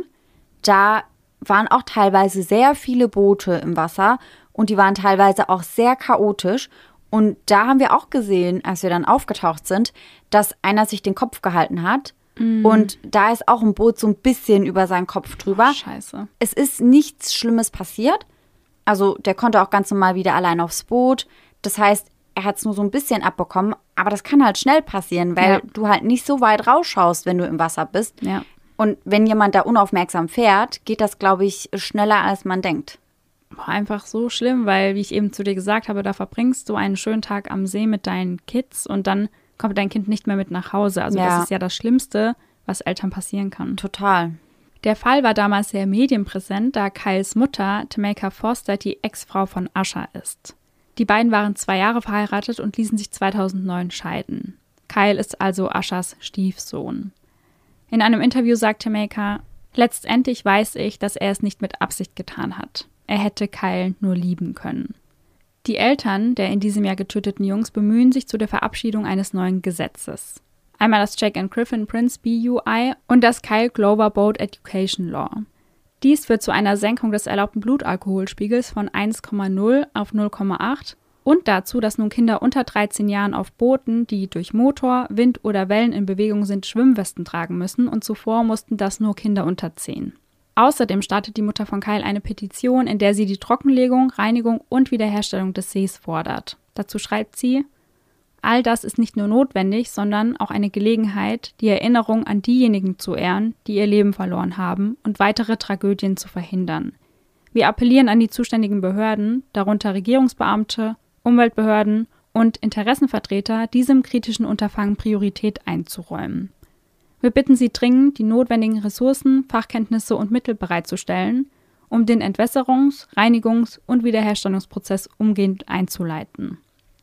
da waren auch teilweise sehr viele Boote im Wasser und die waren teilweise auch sehr chaotisch. Und da haben wir auch gesehen, als wir dann aufgetaucht sind, dass einer sich den Kopf gehalten hat. Mm. Und da ist auch ein Boot so ein bisschen über seinen Kopf drüber. Oh, scheiße. Es ist nichts Schlimmes passiert. Also der konnte auch ganz normal wieder allein aufs Boot. Das heißt, er hat es nur so ein bisschen abbekommen. Aber das kann halt schnell passieren, weil ja. du halt nicht so weit rausschaust, wenn du im Wasser bist. Ja. Und wenn jemand da unaufmerksam fährt, geht das, glaube ich, schneller, als man denkt. Einfach so schlimm, weil, wie ich eben zu dir gesagt habe, da verbringst du einen schönen Tag am See mit deinen Kids und dann kommt dein Kind nicht mehr mit nach Hause. Also ja. das ist ja das Schlimmste, was Eltern passieren kann. Total. Der Fall war damals sehr medienpräsent, da Kyles Mutter, Tameka Foster, die Ex-Frau von Usher ist. Die beiden waren zwei Jahre verheiratet und ließen sich zweitausendneun scheiden. Kyle ist also Ushers Stiefsohn. In einem Interview sagt Tameka: Letztendlich weiß ich, dass er es nicht mit Absicht getan hat. Er hätte Kyle nur lieben können. Die Eltern der in diesem Jahr getöteten Jungs bemühen sich zu der Verabschiedung eines neuen Gesetzes. Einmal das Jack and Griffin Prince B U I und das Kyle Glover Boat Education Law. Dies führt zu einer Senkung des erlaubten Blutalkoholspiegels von eins Komma null auf null Komma acht und dazu, dass nun Kinder unter dreizehn Jahren auf Booten, die durch Motor, Wind oder Wellen in Bewegung sind, Schwimmwesten tragen müssen und zuvor mussten das nur Kinder unter zehn. Außerdem startet die Mutter von Kyle eine Petition, in der sie die Trockenlegung, Reinigung und Wiederherstellung des Sees fordert. Dazu schreibt sie: All das ist nicht nur notwendig, sondern auch eine Gelegenheit, die Erinnerung an diejenigen zu ehren, die ihr Leben verloren haben und weitere Tragödien zu verhindern. Wir appellieren an die zuständigen Behörden, darunter Regierungsbeamte, Umweltbehörden und Interessenvertreter, diesem kritischen Unterfangen Priorität einzuräumen. Wir bitten Sie dringend, die notwendigen Ressourcen, Fachkenntnisse und Mittel bereitzustellen, um den Entwässerungs-, Reinigungs- und Wiederherstellungsprozess umgehend einzuleiten.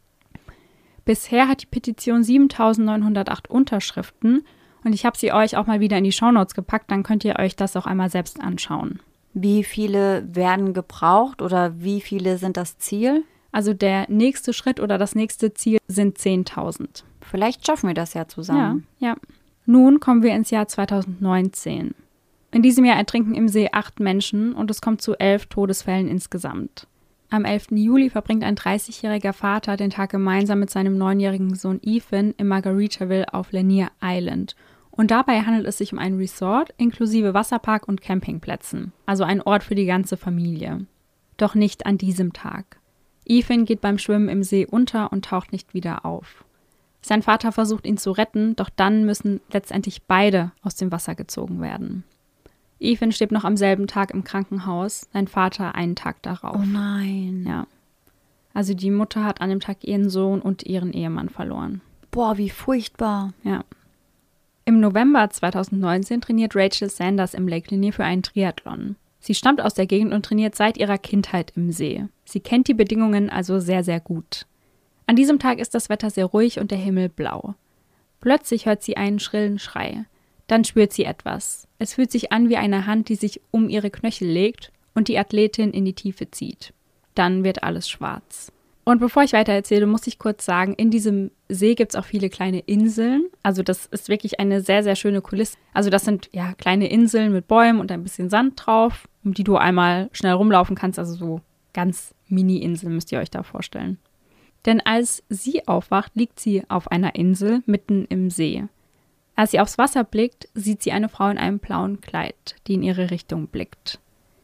Bisher hat die Petition siebentausendneunhundertacht Unterschriften und ich habe sie euch auch mal wieder in die Shownotes gepackt, dann könnt ihr euch das auch einmal selbst anschauen. Wie viele werden gebraucht oder wie viele sind das Ziel? Also der nächste Schritt oder das nächste Ziel sind zehntausend. Vielleicht schaffen wir das ja zusammen. Ja, ja. Nun kommen wir ins Jahr zweitausendneunzehn. In diesem Jahr ertrinken im See acht Menschen und es kommt zu elf Todesfällen insgesamt. Am elften Juli verbringt ein dreißigjähriger Vater den Tag gemeinsam mit seinem neunjährigen Sohn Ethan in Margaritaville auf Lanier Island. Und dabei handelt es sich um ein Resort inklusive Wasserpark und Campingplätzen, also ein Ort für die ganze Familie. Doch nicht an diesem Tag. Ethan geht beim Schwimmen im See unter und taucht nicht wieder auf. Sein Vater versucht, ihn zu retten, doch dann müssen letztendlich beide aus dem Wasser gezogen werden. Ethan stirbt noch am selben Tag im Krankenhaus, sein Vater einen Tag darauf. Oh nein. Ja. Also die Mutter hat an dem Tag ihren Sohn und ihren Ehemann verloren. Boah, wie furchtbar. Ja. Im November zweitausendneunzehn trainiert Rachel Sanders im Lake Lanier für einen Triathlon. Sie stammt aus der Gegend und trainiert seit ihrer Kindheit im See. Sie kennt die Bedingungen also sehr, sehr gut. An diesem Tag ist das Wetter sehr ruhig und der Himmel blau. Plötzlich hört sie einen schrillen Schrei. Dann spürt sie etwas. Es fühlt sich an wie eine Hand, die sich um ihre Knöchel legt und die Athletin in die Tiefe zieht. Dann wird alles schwarz. Und bevor ich weiter erzähle, muss ich kurz sagen, in diesem See gibt es auch viele kleine Inseln. Also das ist wirklich eine sehr, sehr schöne Kulisse. Also das sind ja kleine Inseln mit Bäumen und ein bisschen Sand drauf, um die du einmal schnell rumlaufen kannst. Also so ganz Mini-Insel, müsst ihr euch da vorstellen. Denn als sie aufwacht, liegt sie auf einer Insel mitten im See. Als sie aufs Wasser blickt, sieht sie eine Frau in einem blauen Kleid, die in ihre Richtung blickt.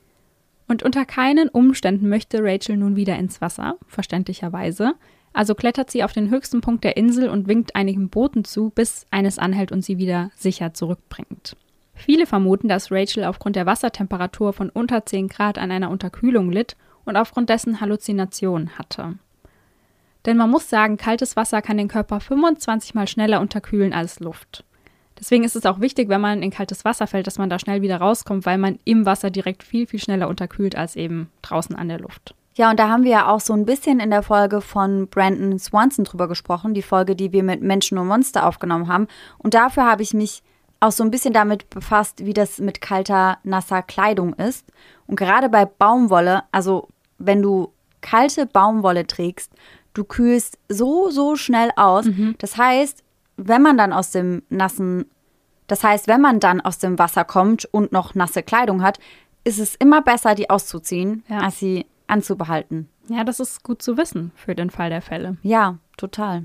Und unter keinen Umständen möchte Rachel nun wieder ins Wasser, verständlicherweise. Also klettert sie auf den höchsten Punkt der Insel und winkt einigen Booten zu, bis eines anhält und sie wieder sicher zurückbringt. Viele vermuten, dass Rachel aufgrund der Wassertemperatur von unter zehn Grad an einer Unterkühlung litt und aufgrund dessen Halluzinationen hatte. Denn man muss sagen, kaltes Wasser kann den Körper fünfundzwanzig Mal schneller unterkühlen als Luft. Deswegen ist es auch wichtig, wenn man in kaltes Wasser fällt, dass man da schnell wieder rauskommt, weil man im Wasser direkt viel, viel schneller unterkühlt als eben draußen an der Luft. Ja, und da haben wir ja auch so ein bisschen in der Folge von Brandon Swanson drüber gesprochen, die Folge, die wir mit Menschen und Monster aufgenommen haben. Und dafür habe ich mich auch so ein bisschen damit befasst, wie das mit kalter, nasser Kleidung ist. Und gerade bei Baumwolle, also wenn du kalte Baumwolle trägst, du kühlst so, so schnell aus. Mhm. Das heißt, wenn man dann aus dem nassen, das heißt, wenn man dann aus dem Wasser kommt und noch nasse Kleidung hat, ist es immer besser, die auszuziehen, ja, als sie anzubehalten. Ja, das ist gut zu wissen für den Fall der Fälle. Ja, total.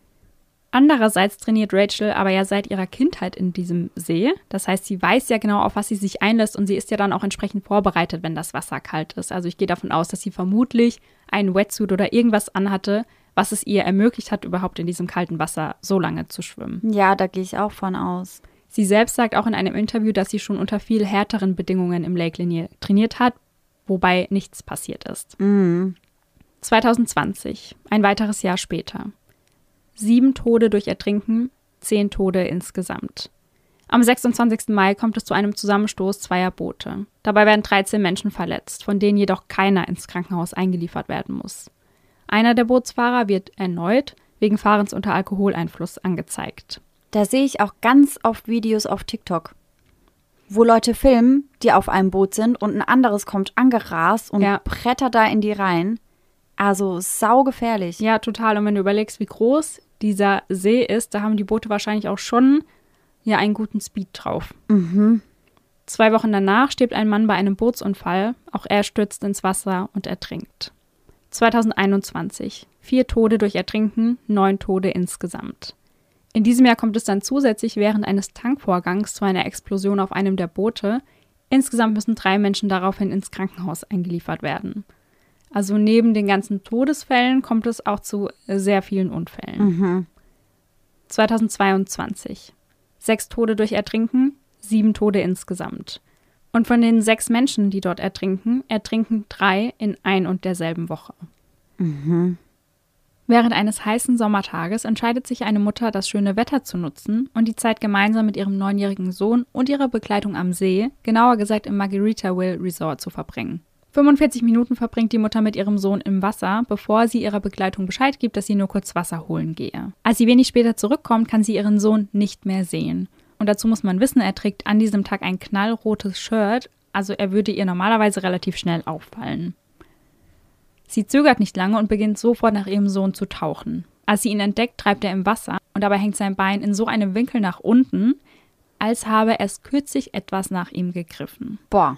Andererseits trainiert Rachel aber ja seit ihrer Kindheit in diesem See. Das heißt, sie weiß ja genau, auf was sie sich einlässt und sie ist ja dann auch entsprechend vorbereitet, wenn das Wasser kalt ist. Also ich gehe davon aus, dass sie vermutlich einen Wetsuit oder irgendwas anhatte, was es ihr ermöglicht hat, überhaupt in diesem kalten Wasser so lange zu schwimmen. Ja, da gehe ich auch von aus. Sie selbst sagt auch in einem Interview, dass sie schon unter viel härteren Bedingungen im Lake Lanier trainiert hat, wobei nichts passiert ist. Mhm. zwanzig zwanzig, ein weiteres Jahr später. Sieben Tode durch Ertrinken, zehn Tode insgesamt. Am sechsundzwanzigsten Mai kommt es zu einem Zusammenstoß zweier Boote. Dabei werden dreizehn Menschen verletzt, von denen jedoch keiner ins Krankenhaus eingeliefert werden muss. Einer der Bootsfahrer wird erneut wegen Fahrens unter Alkoholeinfluss angezeigt. Da sehe ich auch ganz oft Videos auf TikTok, wo Leute filmen, die auf einem Boot sind und ein anderes kommt angerast und ja. brettert da in die Reihen. Also saugefährlich. Ja, total. Und wenn du überlegst, wie groß dieser See ist, da haben die Boote wahrscheinlich auch schon ja einen guten Speed drauf. Mhm. Zwei Wochen danach stirbt ein Mann bei einem Bootsunfall. Auch er stürzt ins Wasser und ertrinkt. zwanzig einundzwanzig. Vier Tode durch Ertrinken, neun Tode insgesamt. In diesem Jahr kommt es dann zusätzlich während eines Tankvorgangs zu einer Explosion auf einem der Boote. Insgesamt müssen drei Menschen daraufhin ins Krankenhaus eingeliefert werden. Also neben den ganzen Todesfällen kommt es auch zu sehr vielen Unfällen. Mhm. zweitausendzweiundzwanzig. Sechs Tode durch Ertrinken, sieben Tode insgesamt. Und von den sechs Menschen, die dort ertrinken, ertrinken drei in ein und derselben Woche. Mhm. Während eines heißen Sommertages entscheidet sich eine Mutter, das schöne Wetter zu nutzen und die Zeit gemeinsam mit ihrem neunjährigen Sohn und ihrer Begleitung am See, genauer gesagt im Margaritaville Resort, zu verbringen. fünfundvierzig Minuten verbringt die Mutter mit ihrem Sohn im Wasser, bevor sie ihrer Begleitung Bescheid gibt, dass sie nur kurz Wasser holen gehe. Als sie wenig später zurückkommt, kann sie ihren Sohn nicht mehr sehen. Und dazu muss man wissen, er trägt an diesem Tag ein knallrotes Shirt, also er würde ihr normalerweise relativ schnell auffallen. Sie zögert nicht lange und beginnt sofort nach ihrem Sohn zu tauchen. Als sie ihn entdeckt, treibt er im Wasser und dabei hängt sein Bein in so einem Winkel nach unten, als habe erst kürzlich etwas nach ihm gegriffen. Boah.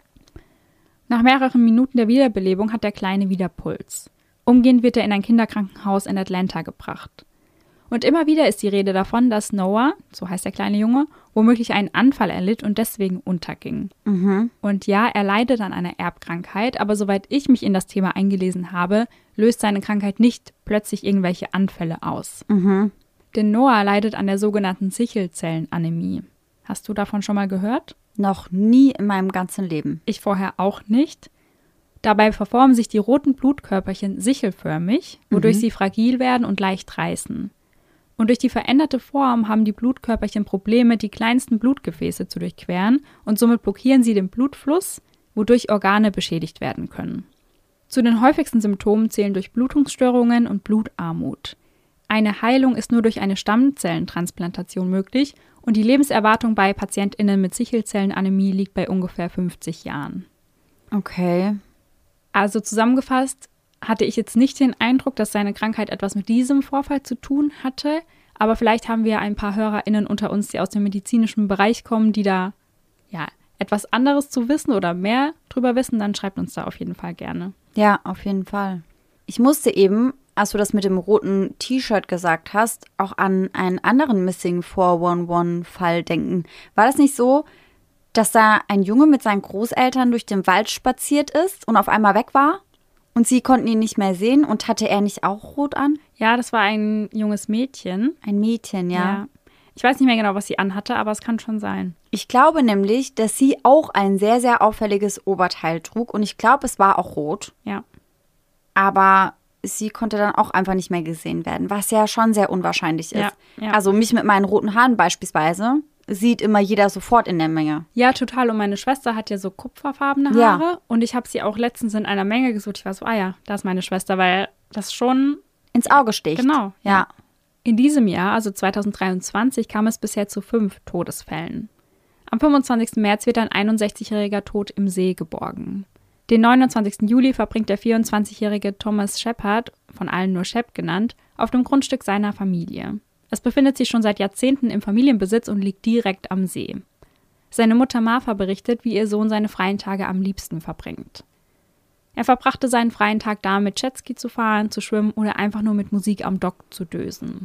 Nach mehreren Minuten der Wiederbelebung hat der Kleine wieder Puls. Umgehend wird er in ein Kinderkrankenhaus in Atlanta gebracht. Und immer wieder ist die Rede davon, dass Noah, so heißt der kleine Junge, womöglich einen Anfall erlitt und deswegen unterging. Mhm. Und ja, er leidet an einer Erbkrankheit, aber soweit ich mich in das Thema eingelesen habe, löst seine Krankheit nicht plötzlich irgendwelche Anfälle aus. Mhm. Denn Noah leidet an der sogenannten Sichelzellenanämie. Hast du davon schon mal gehört? Noch nie in meinem ganzen Leben. Ich vorher auch nicht. Dabei verformen sich die roten Blutkörperchen sichelförmig, wodurch mhm. sie fragil werden und leicht reißen. Und durch die veränderte Form haben die Blutkörperchen Probleme, die kleinsten Blutgefäße zu durchqueren und somit blockieren sie den Blutfluss, wodurch Organe beschädigt werden können. Zu den häufigsten Symptomen zählen Durchblutungsstörungen und Blutarmut. Eine Heilung ist nur durch eine Stammzellentransplantation möglich und die Lebenserwartung bei PatientInnen mit Sichelzellenanämie liegt bei ungefähr fünfzig Jahren. Okay. Also zusammengefasst hatte ich jetzt nicht den Eindruck, dass seine Krankheit etwas mit diesem Vorfall zu tun hatte, aber vielleicht haben wir ein paar HörerInnen unter uns, die aus dem medizinischen Bereich kommen, die da ja etwas anderes zu wissen oder mehr drüber wissen, dann schreibt uns da auf jeden Fall gerne. Ja, auf jeden Fall. Ich musste eben, als du das mit dem roten T-Shirt gesagt hast, auch an einen anderen Missing vier eins eins-Fall denken. War das nicht so, dass da ein Junge mit seinen Großeltern durch den Wald spaziert ist und auf einmal weg war? Und sie konnten ihn nicht mehr sehen und hatte er nicht auch rot an? Ja, das war ein junges Mädchen. Ein Mädchen, ja. ja. Ich weiß nicht mehr genau, was sie anhatte, aber es kann schon sein. Ich glaube nämlich, dass sie auch ein sehr, sehr auffälliges Oberteil trug. Und ich glaube, es war auch rot. Ja. Aber sie konnte dann auch einfach nicht mehr gesehen werden, was ja schon sehr unwahrscheinlich ist. Ja, ja. Also mich mit meinen roten Haaren beispielsweise sieht immer jeder sofort in der Menge. Ja, total. Und meine Schwester hat ja so kupferfarbene Haare. Ja. Und ich habe sie auch letztens in einer Menge gesucht. Ich war so, ah ja, da ist meine Schwester, weil das schon ins Auge sticht. Genau. Ja. In diesem Jahr, also zweitausenddreiundzwanzig, kam es bisher zu fünf Todesfällen. Am fünfundzwanzigsten März wird ein einundsechzigjähriger tot im See geborgen. Den neunundzwanzigsten Juli verbringt der vierundzwanzigjährige Thomas Shepard, von allen nur Shep genannt, auf dem Grundstück seiner Familie. Es befindet sich schon seit Jahrzehnten im Familienbesitz und liegt direkt am See. Seine Mutter Martha berichtet, wie ihr Sohn seine freien Tage am liebsten verbringt. Er verbrachte seinen freien Tag damit, Jetski zu fahren, zu schwimmen oder einfach nur mit Musik am Dock zu dösen.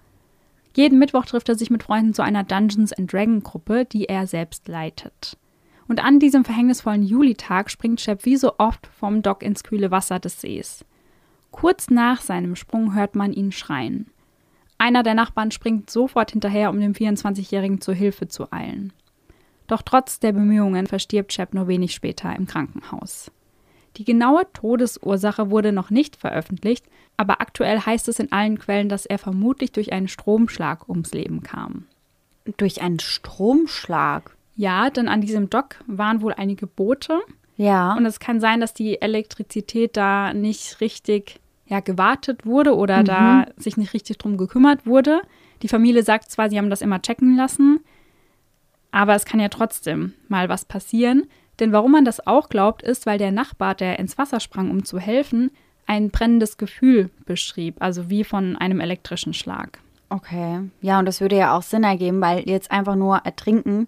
Jeden Mittwoch trifft er sich mit Freunden zu einer Dungeons and Dragons Gruppe, die er selbst leitet. Und an diesem verhängnisvollen Julitag springt Shep wie so oft vom Dock ins kühle Wasser des Sees. Kurz nach seinem Sprung hört man ihn schreien. Einer der Nachbarn springt sofort hinterher, um dem vierundzwanzigjährigen zur Hilfe zu eilen. Doch trotz der Bemühungen verstirbt Shep nur wenig später im Krankenhaus. Die genaue Todesursache wurde noch nicht veröffentlicht, aber aktuell heißt es in allen Quellen, dass er vermutlich durch einen Stromschlag ums Leben kam. Durch einen Stromschlag? Ja, denn an diesem Dock waren wohl einige Boote. Ja. Und es kann sein, dass die Elektrizität da nicht richtig ja, gewartet wurde oder mhm. da sich nicht richtig drum gekümmert wurde. Die Familie sagt zwar, sie haben das immer checken lassen, aber es kann ja trotzdem mal was passieren. Denn warum man das auch glaubt, ist, weil der Nachbar, der ins Wasser sprang, um zu helfen, ein brennendes Gefühl beschrieb, also wie von einem elektrischen Schlag. Okay, ja, und das würde ja auch Sinn ergeben, weil jetzt einfach nur ertrinken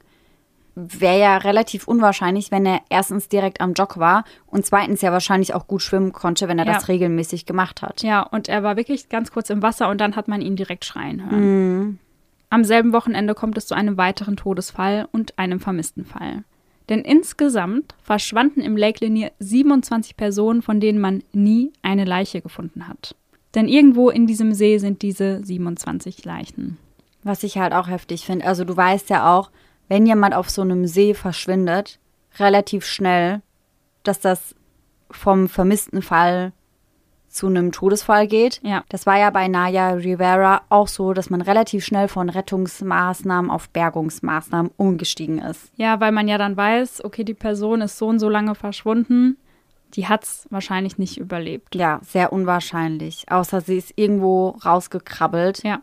wäre ja relativ unwahrscheinlich, wenn er erstens direkt am Dock war und zweitens ja wahrscheinlich auch gut schwimmen konnte, wenn er ja. das regelmäßig gemacht hat. Ja, und er war wirklich ganz kurz im Wasser und dann hat man ihn direkt schreien hören. Mhm. Am selben Wochenende kommt es zu einem weiteren Todesfall und einem vermissten Fall. Denn insgesamt verschwanden im Lake Lanier siebenundzwanzig Personen, von denen man nie eine Leiche gefunden hat. Denn irgendwo in diesem See sind diese siebenundzwanzig Leichen. Was ich halt auch heftig finde. Also du weißt ja auch, wenn jemand auf so einem See verschwindet, relativ schnell, dass das vom vermissten Fall zu einem Todesfall geht. Ja. Das war ja bei Naya Rivera auch so, dass man relativ schnell von Rettungsmaßnahmen auf Bergungsmaßnahmen umgestiegen ist. Ja, weil man ja dann weiß, okay, die Person ist so und so lange verschwunden, die hat es wahrscheinlich nicht überlebt. Ja, sehr unwahrscheinlich. Außer sie ist irgendwo rausgekrabbelt ja.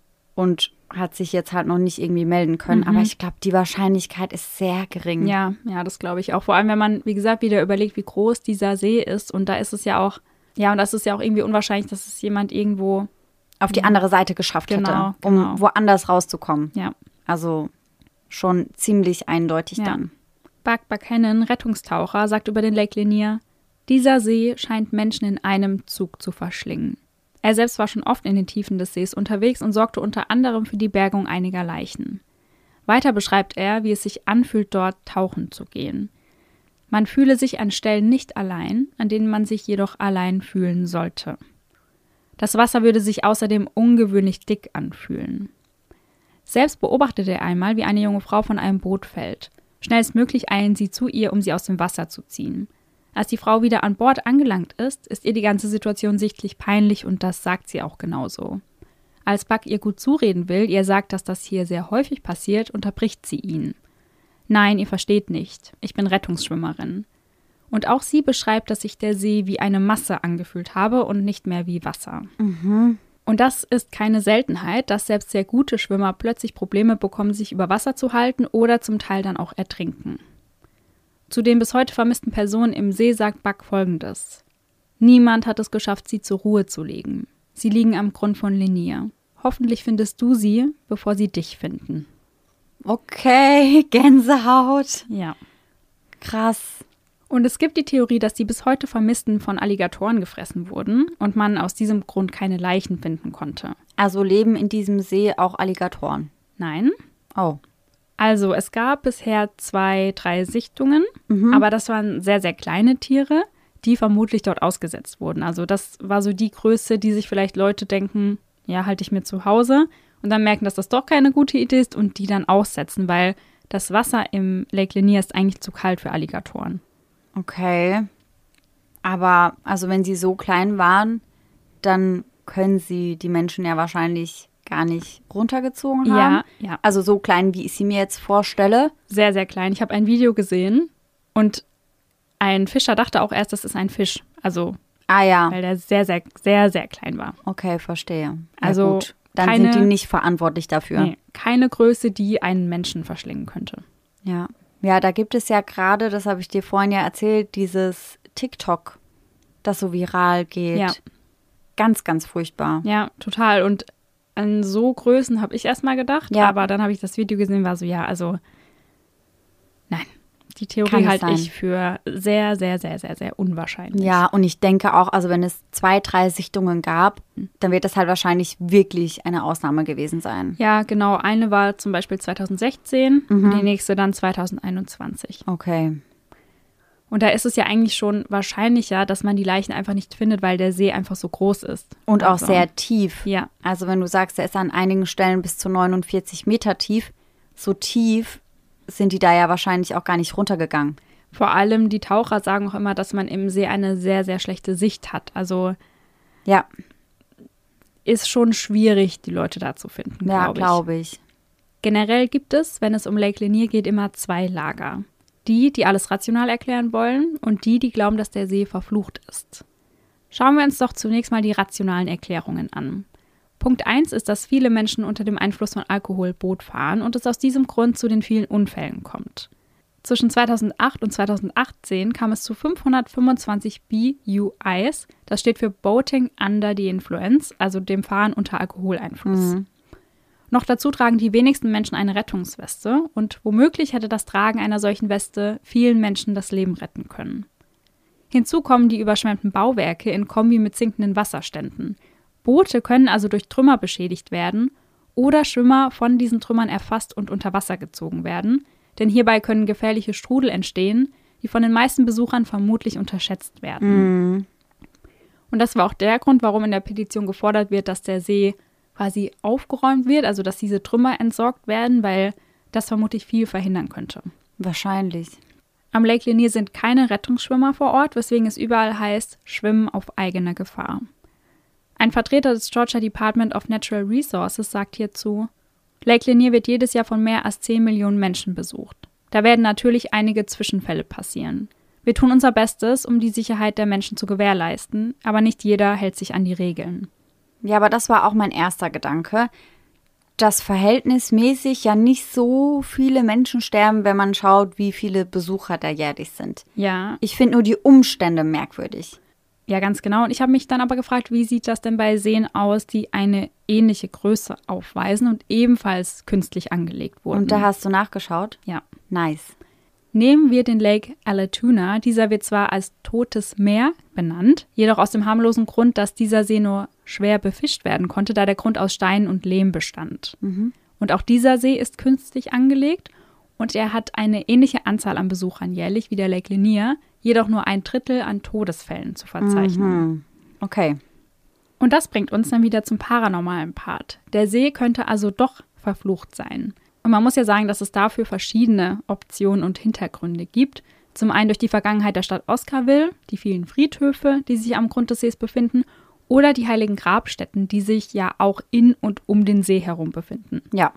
und hat sich jetzt halt noch nicht irgendwie melden können. Mhm. Aber ich glaube, die Wahrscheinlichkeit ist sehr gering. Ja, ja, das glaube ich auch. Vor allem, wenn man, wie gesagt, wieder überlegt, wie groß dieser See ist. Und da ist es ja auch Ja, und das ist ja auch irgendwie unwahrscheinlich, dass es jemand irgendwo auf die andere Seite geschafft genau, hätte, um genau. woanders rauszukommen. Ja. Also schon ziemlich eindeutig ja. dann. Buck Buchanan, Rettungstaucher, sagt über den Lake Lanier, dieser See scheint Menschen in einem Zug zu verschlingen. Er selbst war schon oft in den Tiefen des Sees unterwegs und sorgte unter anderem für die Bergung einiger Leichen. Weiter beschreibt er, wie es sich anfühlt, dort tauchen zu gehen. Man fühle sich an Stellen nicht allein, an denen man sich jedoch allein fühlen sollte. Das Wasser würde sich außerdem ungewöhnlich dick anfühlen. Selbst beobachtete er einmal, wie eine junge Frau von einem Boot fällt. Schnellstmöglich eilen sie zu ihr, um sie aus dem Wasser zu ziehen. Als die Frau wieder an Bord angelangt ist, ist ihr die ganze Situation sichtlich peinlich und das sagt sie auch genauso. Als Buck ihr gut zureden will, ihr sagt, dass das hier sehr häufig passiert, unterbricht sie ihn. Nein, ihr versteht nicht. Ich bin Rettungsschwimmerin. Und auch sie beschreibt, dass sich der See wie eine Masse angefühlt habe und nicht mehr wie Wasser. Mhm. Und das ist keine Seltenheit, dass selbst sehr gute Schwimmer plötzlich Probleme bekommen, sich über Wasser zu halten oder zum Teil dann auch ertrinken. Zu den bis heute vermissten Personen im See sagt Buck Folgendes. Niemand hat es geschafft, sie zur Ruhe zu legen. Sie liegen am Grund von Lanier. Hoffentlich findest du sie, bevor sie dich finden. Okay, Gänsehaut. Ja. Krass. Und es gibt die Theorie, dass die bis heute Vermissten von Alligatoren gefressen wurden und man aus diesem Grund keine Leichen finden konnte. Also leben in diesem See auch Alligatoren? Nein. Oh. Also es gab bisher zwei, drei Sichtungen, Mhm. aber das waren sehr, sehr kleine Tiere, die vermutlich dort ausgesetzt wurden. Also das war so die Größe, die sich vielleicht Leute denken, ja, halte ich mir zu Hause und dann merken, dass das doch keine gute Idee ist und die dann aussetzen, weil das Wasser im Lake Lanier ist eigentlich zu kalt für Alligatoren. Okay. Aber also wenn sie so klein waren, dann können sie die Menschen ja wahrscheinlich gar nicht runtergezogen haben. Ja, ja. Also so klein, wie ich sie mir jetzt vorstelle. Sehr, sehr klein. Ich habe ein Video gesehen und ein Fischer dachte auch erst, das ist ein Fisch. Also, Ah ja, weil der sehr, sehr, sehr, sehr klein war. okay, verstehe. Ja, Also gut. Dann keine- sind die nicht verantwortlich dafür. Nee, keine Größe, die einen Menschen verschlingen könnte. Ja. Ja, da gibt es ja gerade, das habe ich dir vorhin ja erzählt, dieses TikTok, das so viral geht. Ja. Ganz, ganz furchtbar. Ja, total. Und an so Größen habe ich erstmal gedacht, Ja. aber dann habe ich das Video gesehen, war so, ja, also nein. Die Kann Theorie es halte sein. ich für sehr, sehr, sehr, sehr, sehr unwahrscheinlich. Ja, und ich denke auch, also wenn es zwei, drei Sichtungen gab, dann wird das halt wahrscheinlich wirklich eine Ausnahme gewesen sein. Ja, genau. Eine war zum Beispiel zwanzig sechzehn Mhm. und die nächste dann zwanzig einundzwanzig. Okay. Und da ist es ja eigentlich schon wahrscheinlicher, dass man die Leichen einfach nicht findet, weil der See einfach so groß ist. Und auch Also, sehr tief. Ja, Also wenn du sagst, er ist an einigen Stellen bis zu neunundvierzig Meter tief, so tief sind die da ja wahrscheinlich auch gar nicht runtergegangen. vor allem die Taucher sagen auch immer, dass man im See eine sehr, sehr schlechte Sicht hat. Also Ja, ist schon schwierig, die Leute da zu finden, ja, glaube ich. glaube ich. Generell gibt es, wenn es um Lake Lanier geht, immer zwei Lager. Die, die alles rational erklären wollen und die, die glauben, dass der See verflucht ist. Schauen wir uns doch zunächst mal die rationalen Erklärungen an. Punkt eins ist, dass viele Menschen unter dem Einfluss von Alkohol Boot fahren und es aus diesem Grund zu den vielen Unfällen kommt. Zwischen zweitausendacht und zweitausendachtzehn kam es zu fünfhundertfünfundzwanzig B U Is, das steht für Boating Under the Influence, also dem Fahren unter Alkoholeinfluss. Mhm. Noch dazu tragen die wenigsten Menschen eine Rettungsweste und womöglich hätte das Tragen einer solchen Weste vielen Menschen das Leben retten können. Hinzu kommen die überschwemmten Bauwerke in Kombi mit sinkenden Wasserständen. Boote können also durch Trümmer beschädigt werden oder Schwimmer von diesen Trümmern erfasst und unter Wasser gezogen werden, denn hierbei können gefährliche Strudel entstehen, die von den meisten Besuchern vermutlich unterschätzt werden. Mhm. Und das war auch der Grund, warum in der Petition gefordert wird, dass der See quasi aufgeräumt wird, also dass diese Trümmer entsorgt werden, weil das vermutlich viel verhindern könnte. Wahrscheinlich. Am Lake Lanier sind keine Rettungsschwimmer vor Ort, weswegen es überall heißt, Schwimmen auf eigene Gefahr. Ein Vertreter des Georgia Department of Natural Resources sagt hierzu, Lake Lanier wird jedes Jahr von mehr als zehn Millionen Menschen besucht. Da werden natürlich einige Zwischenfälle passieren. Wir tun unser Bestes, um die Sicherheit der Menschen zu gewährleisten, aber nicht jeder hält sich an die Regeln. Ja, aber das war auch mein erster Gedanke, dass verhältnismäßig ja nicht so viele Menschen sterben, wenn man schaut, wie viele Besucher da jährlich sind. Ja, Ich finde nur die Umstände merkwürdig. ja, ganz genau. Und ich habe mich dann aber gefragt, wie sieht das denn bei Seen aus, die eine ähnliche Größe aufweisen und ebenfalls künstlich angelegt wurden? Und da hast du nachgeschaut? ja. Nice. Nehmen wir den Lake Allatoona. Dieser wird zwar als Totes Meer benannt, jedoch aus dem harmlosen Grund, dass dieser See nur schwer befischt werden konnte, da der Grund aus Stein und Lehm bestand. Mhm. Und auch dieser See ist künstlich angelegt und er hat eine ähnliche Anzahl an Besuchern jährlich wie der Lake Lanier, jedoch nur ein Drittel an Todesfällen zu verzeichnen. Mhm. Okay. Und das bringt uns dann wieder zum paranormalen Part. Der See könnte also doch verflucht sein. Und man muss ja sagen, dass es dafür verschiedene Optionen und Hintergründe gibt. Zum einen durch die Vergangenheit der Stadt Oscarville, die vielen Friedhöfe, die sich am Grund des Sees befinden, oder die heiligen Grabstätten, die sich ja auch in und um den See herum befinden. Ja.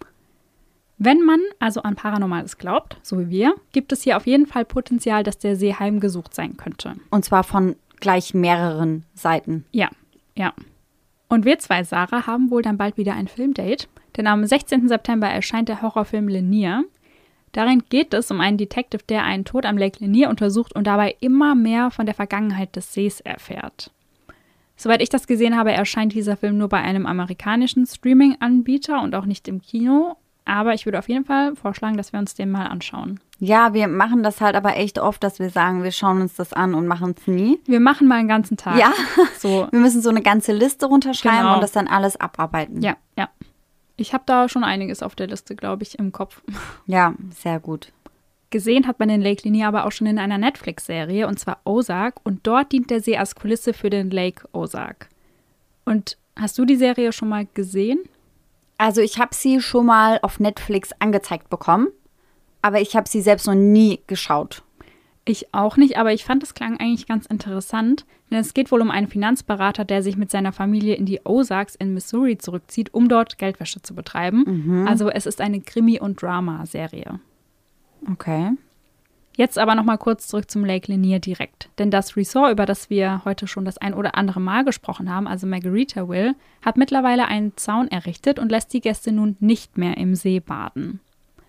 Wenn man also an Paranormales glaubt, so wie wir, gibt es hier auf jeden Fall Potenzial, dass der See heimgesucht sein könnte. Und zwar von gleich mehreren Seiten. Ja, ja. Und wir zwei, Sarah, haben wohl dann bald wieder ein Filmdate, denn am sechzehnten September erscheint der Horrorfilm Lanier. Darin geht es um einen Detective, der einen Tod am Lake Lanier untersucht und dabei immer mehr von der Vergangenheit des Sees erfährt. Soweit ich das gesehen habe, erscheint dieser Film nur bei einem amerikanischen Streaming-Anbieter und auch nicht im Kino. Aber ich würde auf jeden Fall vorschlagen, dass wir uns den mal anschauen. Ja, wir machen das halt aber echt oft, dass wir sagen, wir schauen uns das an und machen es nie. Wir machen mal einen ganzen Tag. Ja, so. Wir müssen so eine ganze Liste runterschreiben Genau. und das dann alles abarbeiten. Ja, ja. Ich habe da schon einiges auf der Liste, glaube ich, im Kopf. Ja, sehr gut. Gesehen hat man den Lake Lanier aber auch schon in einer Netflix-Serie, und zwar Ozark. Und dort dient der See als Kulisse für den Lake Ozark. Und hast du die Serie schon mal gesehen? Also ich habe sie schon mal auf Netflix angezeigt bekommen, aber ich habe sie selbst noch nie geschaut. Ich auch nicht, aber ich fand, das klang eigentlich ganz interessant, denn es geht wohl um einen Finanzberater, der sich mit seiner Familie in die Ozarks in Missouri zurückzieht, um dort Geldwäsche zu betreiben. Mhm. Also es ist eine Krimi- und Drama-Serie. Okay. Jetzt aber noch mal kurz zurück zum Lake Lanier direkt. Denn das Resort, über das wir heute schon das ein oder andere Mal gesprochen haben, also Margaritaville, hat mittlerweile einen Zaun errichtet und lässt die Gäste nun nicht mehr im See baden.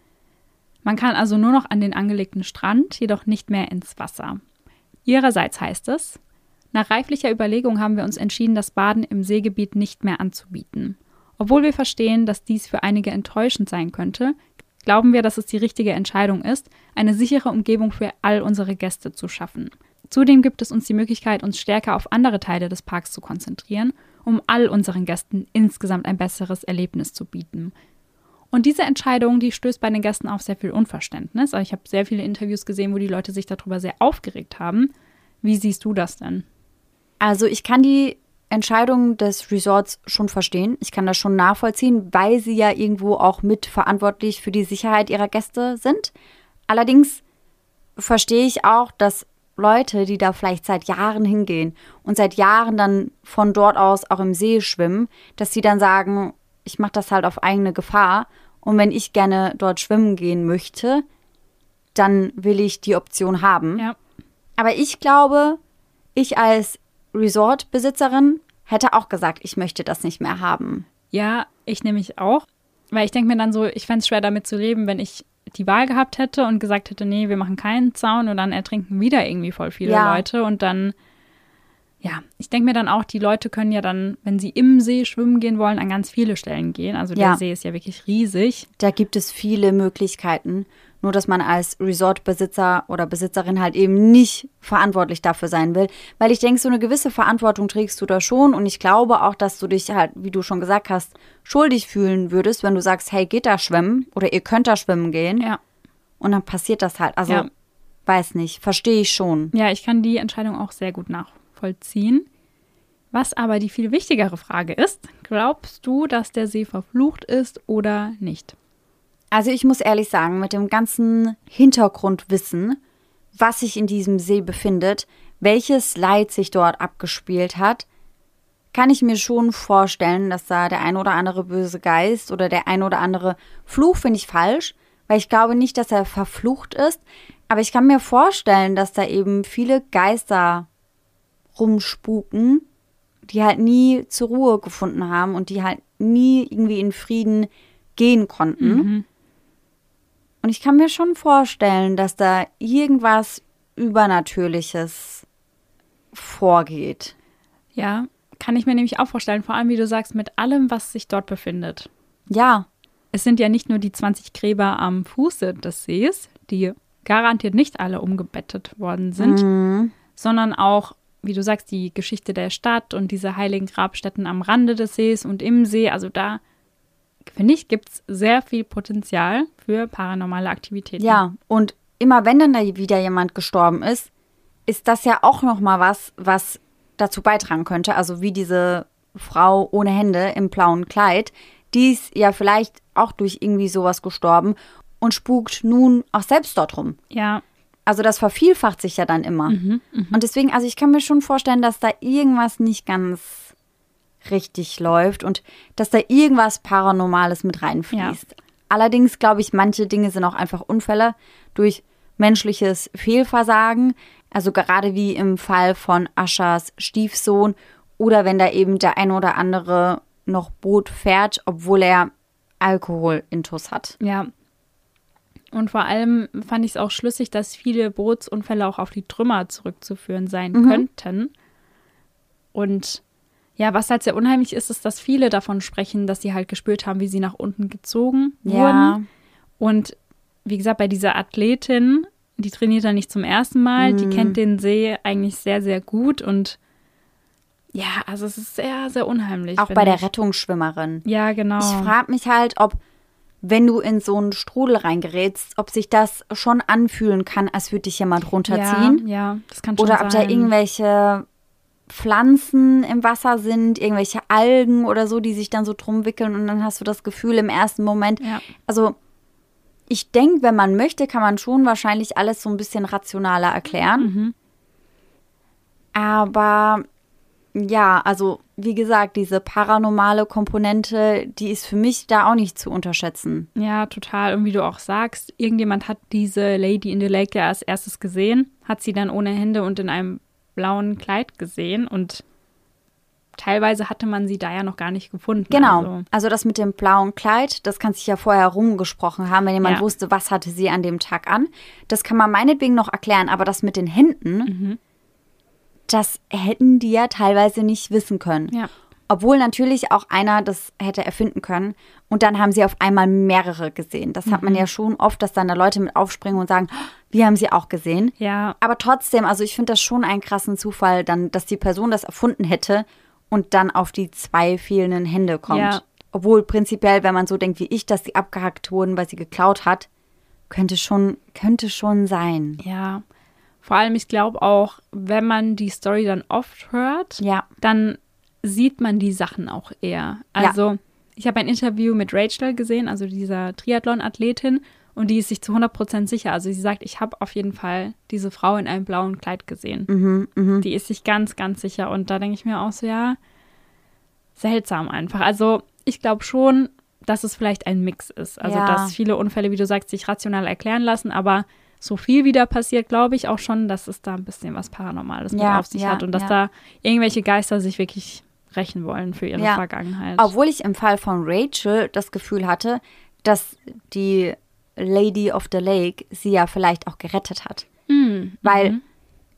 Man kann also nur noch an den angelegten Strand, jedoch nicht mehr ins Wasser. Ihrerseits heißt es, nach reiflicher Überlegung haben wir uns entschieden, das Baden im Seegebiet nicht mehr anzubieten. Obwohl wir verstehen, dass dies für einige enttäuschend sein könnte, glauben wir, dass es die richtige Entscheidung ist, eine sichere Umgebung für all unsere Gäste zu schaffen. Zudem gibt es uns die Möglichkeit, uns stärker auf andere Teile des Parks zu konzentrieren, um all unseren Gästen insgesamt ein besseres Erlebnis zu bieten. Und diese Entscheidung, die stößt bei den Gästen auf sehr viel Unverständnis. Also ich habe sehr viele Interviews gesehen, wo die Leute sich darüber sehr aufgeregt haben. Wie siehst du das denn? Also ich kann die Entscheidung des Resorts schon verstehen. Ich kann das schon nachvollziehen, weil sie ja irgendwo auch mitverantwortlich für die Sicherheit ihrer Gäste sind. Allerdings verstehe ich auch, dass Leute, die da vielleicht seit Jahren hingehen und seit Jahren dann von dort aus auch im See schwimmen, dass sie dann sagen, ich mache das halt auf eigene Gefahr. Und wenn ich gerne dort schwimmen gehen möchte, dann will ich die Option haben. Ja. Aber ich glaube, ich als Resortbesitzerin hätte auch gesagt, ich möchte das nicht mehr haben. Ja, ich nämlich auch. Weil ich denke mir dann so, ich fände es schwer damit zu leben, wenn ich die Wahl gehabt hätte und gesagt hätte, nee, wir machen keinen Zaun und dann ertrinken wieder irgendwie voll viele ja. Leute. Und dann, ja, ich denke mir dann auch, die Leute können ja dann, wenn sie im See schwimmen gehen wollen, an ganz viele Stellen gehen. Also der ja. See ist ja wirklich riesig. Da gibt es viele Möglichkeiten. Nur, dass man als Resortbesitzer oder Besitzerin halt eben nicht verantwortlich dafür sein will. Weil ich denke, so eine gewisse Verantwortung trägst du da schon. Und ich glaube auch, dass du dich halt, wie du schon gesagt hast, schuldig fühlen würdest, wenn du sagst, hey, geht da schwimmen oder ihr könnt da schwimmen gehen. Ja. Und dann passiert das halt. Also, ja. weiß nicht, verstehe ich schon. Ja, ich kann die Entscheidung auch sehr gut nachvollziehen. Was aber die viel wichtigere Frage ist, glaubst du, dass der See verflucht ist oder nicht? Also ich muss ehrlich sagen, mit dem ganzen Hintergrundwissen, was sich in diesem See befindet, welches Leid sich dort abgespielt hat, kann ich mir schon vorstellen, dass da der ein oder andere böse Geist oder der ein oder andere Fluch, finde ich falsch, weil ich glaube nicht, dass er verflucht ist, aber ich kann mir vorstellen, dass da eben viele Geister rumspuken, die halt nie zur Ruhe gefunden haben und die halt nie irgendwie in Frieden gehen konnten. Mhm. Und ich kann mir schon vorstellen, dass da irgendwas Übernatürliches vorgeht. Ja, kann ich mir nämlich auch vorstellen, vor allem, wie du sagst, mit allem, was sich dort befindet. Ja. Es sind ja nicht nur die zwanzig Gräber am Fuße des Sees, die garantiert nicht alle umgebettet worden sind, Mhm. sondern auch, wie du sagst, die Geschichte der Stadt und diese heiligen Grabstätten am Rande des Sees und im See. Also da, finde ich, gibt es sehr viel Potenzial für paranormale Aktivitäten. Ja, und immer wenn dann da wieder jemand gestorben ist, ist das ja auch noch mal was, was dazu beitragen könnte. Also wie diese Frau ohne Hände im blauen Kleid, die ist ja vielleicht auch durch irgendwie sowas gestorben und spukt nun auch selbst dort rum. Ja. Also das vervielfacht sich ja dann immer. Mhm, mh. Und deswegen, also ich kann mir schon vorstellen, dass da irgendwas nicht ganz richtig läuft und dass da irgendwas Paranormales mit reinfließt. Ja. Allerdings glaube ich, manche Dinge sind auch einfach Unfälle durch menschliches Fehlversagen. Also gerade wie im Fall von Aschers Stiefsohn oder wenn da eben der ein oder andere noch Boot fährt, obwohl er Alkoholintus hat. Ja. Und vor allem fand ich es auch schlüssig, dass viele Bootsunfälle auch auf die Trümmer zurückzuführen sein Mhm. könnten. Und Ja, was halt sehr unheimlich ist, ist, dass viele davon sprechen, dass sie halt gespürt haben, wie sie nach unten gezogen Ja. wurden. Und wie gesagt, bei dieser Athletin, die trainiert da nicht zum ersten Mal, Mhm. die kennt den See eigentlich sehr, sehr gut. Und ja, also es ist sehr, sehr unheimlich. Auch finde bei der ich. Rettungsschwimmerin. Ja, genau. Ich frage mich halt, ob, wenn du in so einen Strudel reingerätst, ob sich das schon anfühlen kann, als würde dich jemand runterziehen. Ja, ja, das kann schon Oder sein. ob da irgendwelche Pflanzen im Wasser sind, irgendwelche Algen oder so, die sich dann so drum wickeln und dann hast du das Gefühl im ersten Moment. Ja. Also ich denke, wenn man möchte, kann man schon wahrscheinlich alles so ein bisschen rationaler erklären. Mhm. Aber ja, also wie gesagt, diese paranormale Komponente, die ist für mich da auch nicht zu unterschätzen. Ja, total. Und wie du auch sagst, irgendjemand hat diese Lady in the Lake ja als erstes gesehen, hat sie dann ohne Hände und in einem blauen Kleid gesehen und teilweise hatte man sie da ja noch gar nicht gefunden. Genau, Also, also das mit dem blauen Kleid, das kann sich ja vorher rumgesprochen haben, wenn jemand Ja. wusste, was hatte sie an dem Tag an. Das kann man meinetwegen noch erklären, aber das mit den Händen, mhm. das hätten die ja teilweise nicht wissen können. ja. Obwohl natürlich auch einer das hätte erfinden können. Und dann haben sie auf einmal mehrere gesehen. Das hat man ja schon oft, dass dann da Leute mit aufspringen und sagen, "Oh, wir haben sie auch gesehen." Ja, Aber trotzdem, also ich finde das schon einen krassen Zufall, dann, dass die Person das erfunden hätte und dann auf die zwei fehlenden Hände kommt. Ja. Obwohl prinzipiell, wenn man so denkt wie ich, dass sie abgehackt wurden, weil sie geklaut hat, könnte schon, könnte schon sein. ja. Vor allem, ich glaube auch, wenn man die Story dann oft hört, Ja. dann sieht man die Sachen auch eher. Also, ich habe ein Interview mit Rachel gesehen, also dieser Triathlon-Athletin, und die ist sich zu hundert Prozent sicher. Also, sie sagt, ich habe auf jeden Fall diese Frau in einem blauen Kleid gesehen. Mhm, mhm. Die ist sich ganz, ganz sicher. Und da denke ich mir auch so, ja, seltsam einfach. Also, ich glaube schon, dass es vielleicht ein Mix ist. Also, Ja. dass viele Unfälle, wie du sagst, sich rational erklären lassen, aber so viel wieder passiert, glaube ich auch schon, dass es da ein bisschen was Paranormales mit Ja, auf sich ja, hat und dass ja. da irgendwelche Geister sich wirklich rächen wollen für ihre Ja. Vergangenheit. Obwohl ich im Fall von Rachel das Gefühl hatte, dass die Lady of the Lake sie ja vielleicht auch gerettet hat. Mhm. Weil Mhm.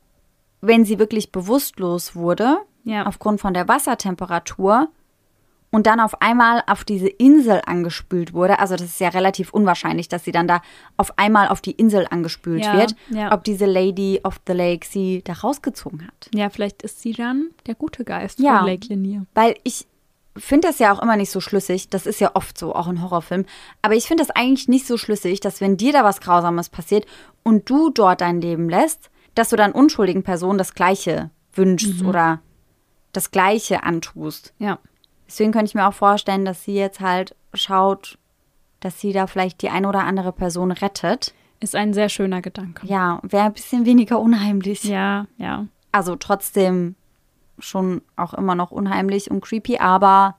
wenn sie wirklich bewusstlos wurde, Ja. aufgrund von der Wassertemperatur und dann auf einmal auf diese Insel angespült wurde, also das ist ja relativ unwahrscheinlich, dass sie dann da auf einmal auf die Insel angespült Ja, wird, ja. ob diese Lady of the Lake sie da rausgezogen hat. ja, vielleicht ist sie dann der gute Geist Ja. von Lake Lanier. Weil ich finde das ja auch immer nicht so schlüssig, das ist ja oft so, auch in Horrorfilmen, aber ich finde das eigentlich nicht so schlüssig, dass wenn dir da was Grausames passiert und du dort dein Leben lässt, dass du dann unschuldigen Personen das Gleiche wünschst oder das Gleiche antust. Ja. Deswegen könnte ich mir auch vorstellen, dass sie jetzt halt schaut, dass sie da vielleicht die eine oder andere Person rettet. Ist ein sehr schöner Gedanke. Ja, wäre ein bisschen weniger unheimlich. Ja, ja. Also trotzdem schon auch immer noch unheimlich und creepy, aber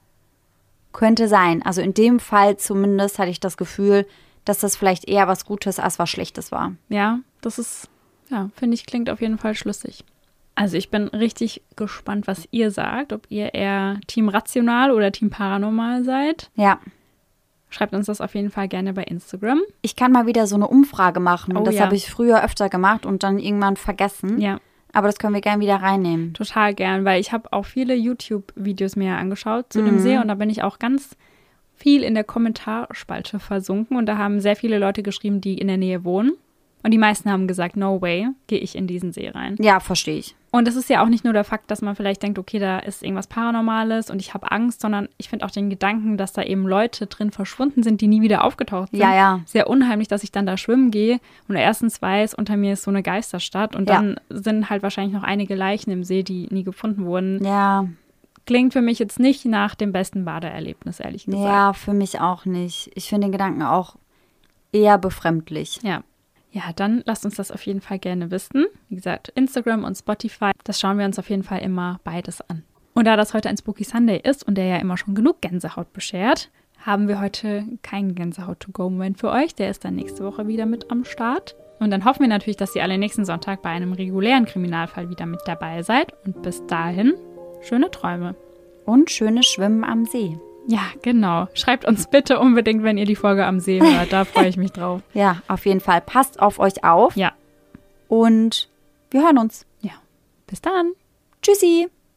könnte sein. Also in dem Fall zumindest hatte ich das Gefühl, dass das vielleicht eher was Gutes als was Schlechtes war. Ja, das ist, ja, finde ich, klingt auf jeden Fall schlüssig. Also ich bin richtig gespannt, was ihr sagt, ob ihr eher Team Rational oder Team Paranormal seid. Ja. Schreibt uns das auf jeden Fall gerne bei Instagram. Ich kann mal wieder so eine Umfrage machen. Oh das ja. habe ich früher öfter gemacht und dann irgendwann vergessen. Ja, Aber das können wir gerne wieder reinnehmen. total gern, weil ich habe auch viele YouTube-Videos mir angeschaut zu dem Mhm. See und da bin ich auch ganz viel in der Kommentarspalte versunken und da haben sehr viele Leute geschrieben, die in der Nähe wohnen. Und die meisten haben gesagt, no way, gehe ich in diesen See rein. Ja, verstehe ich. Und es ist ja auch nicht nur der Fakt, dass man vielleicht denkt, okay, da ist irgendwas Paranormales und ich habe Angst, sondern ich finde auch den Gedanken, dass da eben Leute drin verschwunden sind, die nie wieder aufgetaucht sind. Ja, ja. Sehr unheimlich, dass ich dann da schwimmen gehe und erstens weiß, unter mir ist so eine Geisterstadt und Ja. dann sind halt wahrscheinlich noch einige Leichen im See, die nie gefunden wurden. Ja, Klingt für mich jetzt nicht nach dem besten Badeerlebnis, ehrlich gesagt. ja, für mich auch nicht. Ich finde den Gedanken auch eher befremdlich. Ja. Ja, dann lasst uns das auf jeden Fall gerne wissen. Wie gesagt, Instagram und Spotify, das schauen wir uns auf jeden Fall immer beides an. Und da das heute ein Spooky Sunday ist und der ja immer schon genug Gänsehaut beschert, haben wir heute keinen Gänsehaut-to-go-Moment für euch. Der ist dann nächste Woche wieder mit am Start. Und dann hoffen wir natürlich, dass ihr alle nächsten Sonntag bei einem regulären Kriminalfall wieder mit dabei seid. Und bis dahin, schöne Träume. Und schönes Schwimmen am See. Ja, genau. Schreibt uns bitte unbedingt, wenn ihr die Folge am See hört. Da freue ich mich drauf. Ja, auf jeden Fall. Passt auf euch auf. Ja, Und wir hören uns. ja. Bis dann. Tschüssi.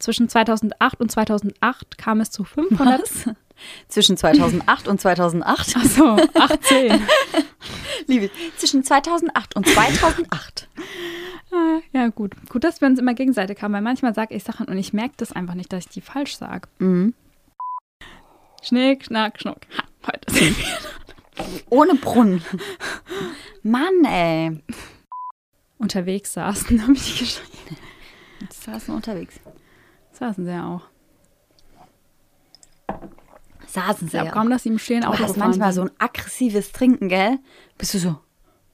Zwischen zweitausendacht und zweitausendacht kam es zu fünfhundert. Was? Zwischen zweitausendacht und zweitausendacht? Ach so, achtzehn. Liebe, zwischen zweitausendacht und zweitausendacht. Ja, gut. Gut, dass wir uns immer gegenseitig haben, weil manchmal sage ich Sachen und ich merke das einfach nicht, dass ich die falsch sage. Mhm. Schnick, schnack, schnuck. Ha, heute sind wir. Ohne Brunnen. Mann, ey. Unterwegs saßen, habe ich geschrieben. Saßen unterwegs. Saßen sie ja auch. Saßen sie Ich ja. kaum, dass sie im stillen Du Auto hast gefahren manchmal sind. so ein aggressives Trinken, gell? Bist du so?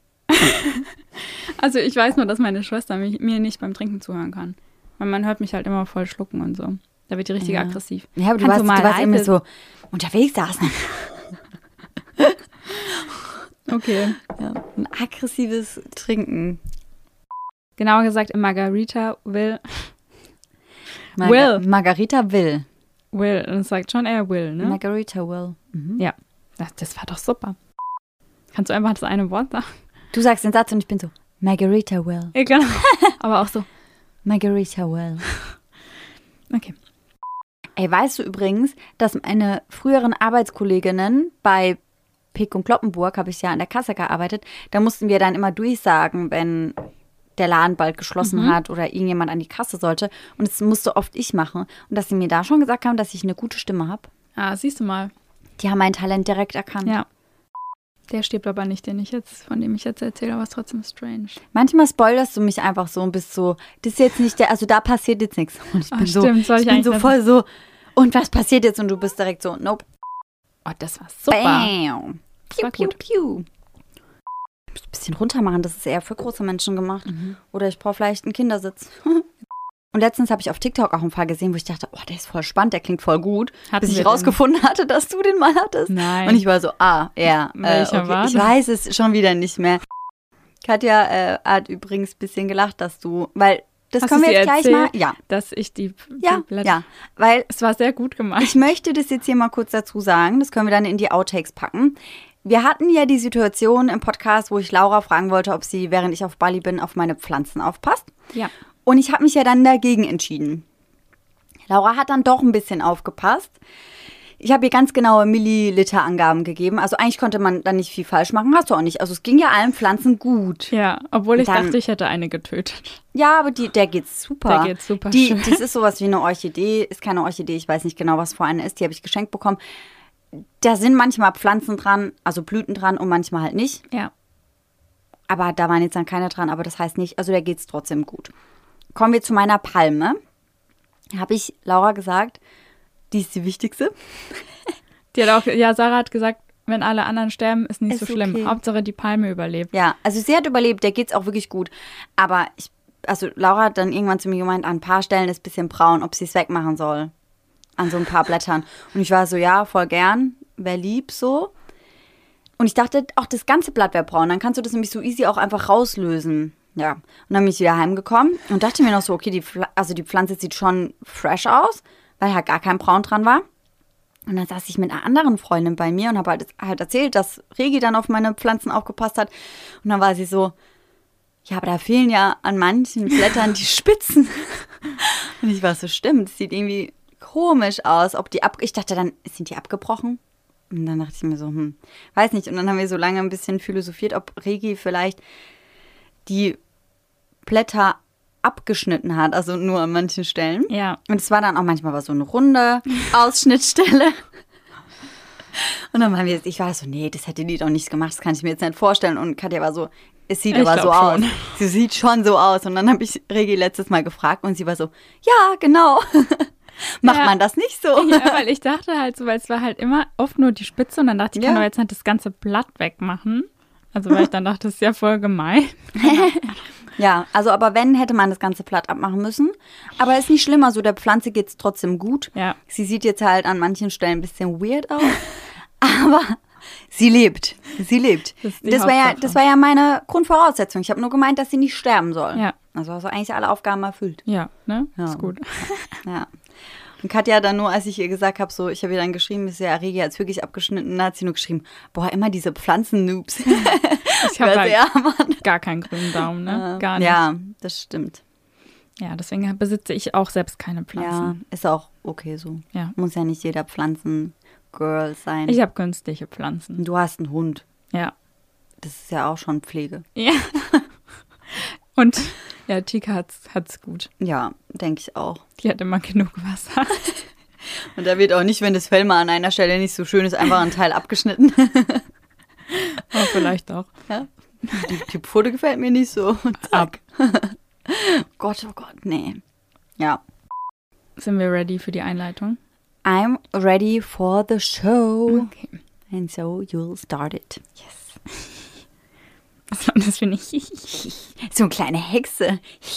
Also ich weiß nur, dass meine Schwester mich, mir nicht beim Trinken zuhören kann. Weil man hört mich halt immer voll schlucken und so. Da wird die richtig Ja. aggressiv. Ja, aber du Kannst warst, mal du warst immer leise- so unterwegs saßen. Okay. Ja. Ein aggressives Trinken. Genauer gesagt im Margarita will. Marga- Will. Margarita will. Will. Und es sagt schon eher Will, ne? Margarita will. Mhm. Ja. Das, das war doch super. Kannst du einfach das eine Wort sagen? Du sagst den Satz und ich bin so, Margarita will. Ja, genau. Aber auch so. Margarita will. Okay. Ey, weißt du übrigens, dass meine früheren Arbeitskolleginnen bei Pick und Kloppenburg, habe ich ja an der Kasse gearbeitet, da mussten wir dann immer durchsagen, wenn der Laden bald geschlossen Mhm. hat oder irgendjemand an die Kasse sollte. Und das musste oft ich machen. Und dass sie mir da schon gesagt haben, dass ich eine gute Stimme habe. Ah, siehst du mal. Die haben mein Talent direkt erkannt. Ja. Der stirbt aber nicht, den ich jetzt, von dem ich jetzt erzähle, aber ist trotzdem strange. Manchmal spoilerst du mich einfach so und bist so, das ist jetzt nicht der, also da passiert jetzt nichts. Und ich bin Ach, so, stimmt, soll ich ich bin eigentlich so das- voll so, und was passiert jetzt? Und du bist direkt so, nope. Oh, das war super. Bam. Das war Piu, gut. piu, piu. Ich muss ein bisschen runter machen, das ist eher für große Menschen gemacht. Mhm. Oder ich brauche vielleicht einen Kindersitz. Und letztens habe ich auf TikTok auch einen Fall gesehen, wo ich dachte, oh, der ist voll spannend, der klingt voll gut. Hatten bis ich wir rausgefunden hatte, dass du den mal hattest. Nein. Und ich war so, ah, ja. Äh, Welcher okay. war Ich das? weiß es schon wieder nicht mehr. Katja äh, hat übrigens ein bisschen gelacht, dass du, weil das Hast können du wir sie jetzt gleich erzählt? mal. Ja, Dass ich die, die ja, Blätter- ja. Weil Es war sehr gut gemacht. ich möchte das jetzt hier mal kurz dazu sagen. Das können wir dann in die Outtakes packen. Wir hatten ja die Situation im Podcast, wo ich Laura fragen wollte, ob sie, während ich auf Bali bin, auf meine Pflanzen aufpasst. Ja. Und ich habe mich ja dann dagegen entschieden. Laura hat dann doch ein bisschen aufgepasst. Ich habe ihr ganz genaue Milliliter-Angaben gegeben. Also eigentlich konnte man da nicht viel falsch machen. Hast du auch nicht. Also es ging ja allen Pflanzen gut. Ja, obwohl ich Dann- dachte, ich hätte eine getötet. Ja, aber die, der geht's super. Der geht super Die, schön. das ist sowas wie eine Orchidee. Ist keine Orchidee, ich weiß nicht genau, was vor eine ist. Die habe ich geschenkt bekommen. Da sind manchmal Pflanzen dran, also Blüten dran und manchmal halt nicht. Ja. Aber da waren jetzt dann keine dran, aber das heißt nicht, also der geht's trotzdem gut. Kommen wir zu meiner Palme. Habe ich Laura gesagt, die ist die wichtigste. Die hat auch, ja, Sarah hat gesagt, wenn alle anderen sterben, ist nicht Ist so schlimm. okay. Hauptsache die Palme überlebt. Ja, also sie hat überlebt, der geht's auch wirklich gut. Aber ich, also Laura hat dann irgendwann zu mir gemeint, an ein paar Stellen ist ein bisschen braun, ob sie es wegmachen soll. An so ein paar Blättern. Und ich war so, ja, voll gern, wäre lieb so. Und ich dachte, auch das ganze Blatt wäre braun. Dann kannst du das nämlich so easy auch einfach rauslösen. Ja. Und dann bin ich wieder heimgekommen und dachte mir noch so, okay, die, Pfl- also die Pflanze sieht schon fresh aus, weil halt gar kein Braun dran war. Und dann saß ich mit einer anderen Freundin bei mir und habe halt, halt erzählt, dass Regi dann auf meine Pflanzen aufgepasst hat. Und dann war sie so, ja, aber da fehlen ja an manchen Blättern die Spitzen. Und ich war so, stimmt, das sieht irgendwie komisch aus. Ob die ab, ich dachte dann, sind die abgebrochen? Und dann dachte ich mir so, hm, weiß nicht. Und dann haben wir so lange ein bisschen philosophiert, ob Regi vielleicht die Blätter abgeschnitten hat, also nur an manchen Stellen. Ja. Und es war dann auch manchmal so eine runde Ausschnittstelle. Und dann waren wir, ich war so, nee, das hätte die doch nicht gemacht, das kann ich mir jetzt nicht vorstellen. Und Katja war so, es sieht Ich aber so glaub aus. schon. Sie sieht schon so aus. Und dann habe ich Regi letztes Mal gefragt und sie war so, ja, genau. Macht Ja. man das nicht so? Ja, weil ich dachte halt so, weil es war halt immer oft nur die Spitze und dann dachte ich, ich kann Ja. doch jetzt nicht das ganze Blatt wegmachen. Also weil ich dann dachte, das ist ja voll gemein. Ja, also aber wenn, hätte man das ganze Blatt abmachen müssen. Aber ist nicht schlimm, also der Pflanze geht es trotzdem gut. Ja. Sie sieht jetzt halt an manchen Stellen ein bisschen weird aus. Aber sie lebt. Sie lebt. Das ist die Das war, ja, Hauptsache. das war ja meine Grundvoraussetzung. Ich habe nur gemeint, dass sie nicht sterben soll. Ja. Also hast du eigentlich alle Aufgaben erfüllt. Ja, ne? Ja. Ist gut. Ja. Und Katja dann nur, als ich ihr gesagt habe, so, ich habe ihr dann geschrieben, ist ja Regi jetzt wirklich abgeschnitten, dann hat sie nur geschrieben, boah, immer diese Pflanzen-Noobs. Ich habe Ja, halt ja, Mann. gar keinen grünen Daumen, ne? Gar nicht. Ja, das stimmt. Ja, deswegen besitze ich auch selbst keine Pflanzen. Ja, ist auch okay so. Ja. Muss ja nicht jeder Pflanzen-Girl sein. Ich habe künstliche Pflanzen. Du hast einen Hund. Ja. Das ist ja auch schon Pflege. Ja. Und ja, Tika hat's, hat's gut. Ja, denke ich auch. Die hat immer genug Wasser. Und da wird auch nicht, wenn das Fell mal an einer Stelle nicht so schön ist, einfach ein Teil abgeschnitten. Oh, vielleicht auch. Ja. Die, die Pfote gefällt mir nicht so. Ab. Gott, oh Gott, nee. Ja. Sind wir ready für die Einleitung? I'm ready for the show. Okay. And so you'll start it. Yes. Was war das für eine So eine kleine Hexe.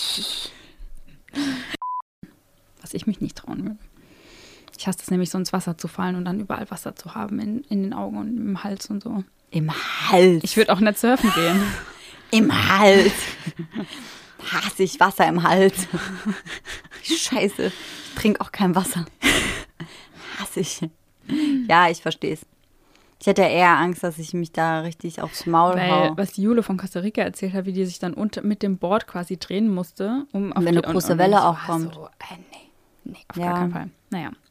Was ich mich nicht trauen würde. Ich hasse es nämlich, so ins Wasser zu fallen und dann überall Wasser zu haben in, in den Augen und im Hals und so. Im Hals. Ich würde auch nicht surfen gehen. Im Hals. Hasse ich Wasser im Hals. Scheiße. Ich trinke auch kein Wasser. Hasse ich. Ja, ich verstehe es. Ich hätte eher Angst, dass ich mich da richtig aufs Maul Weil, hau. was die Jule von Costa Rica erzählt hat, wie die sich dann unter, mit dem Board quasi drehen musste, um auf Wenn die, eine große und, Welle und auch so, kommt. So, äh, nee, nee, auf Ja. gar keinen Fall. Naja.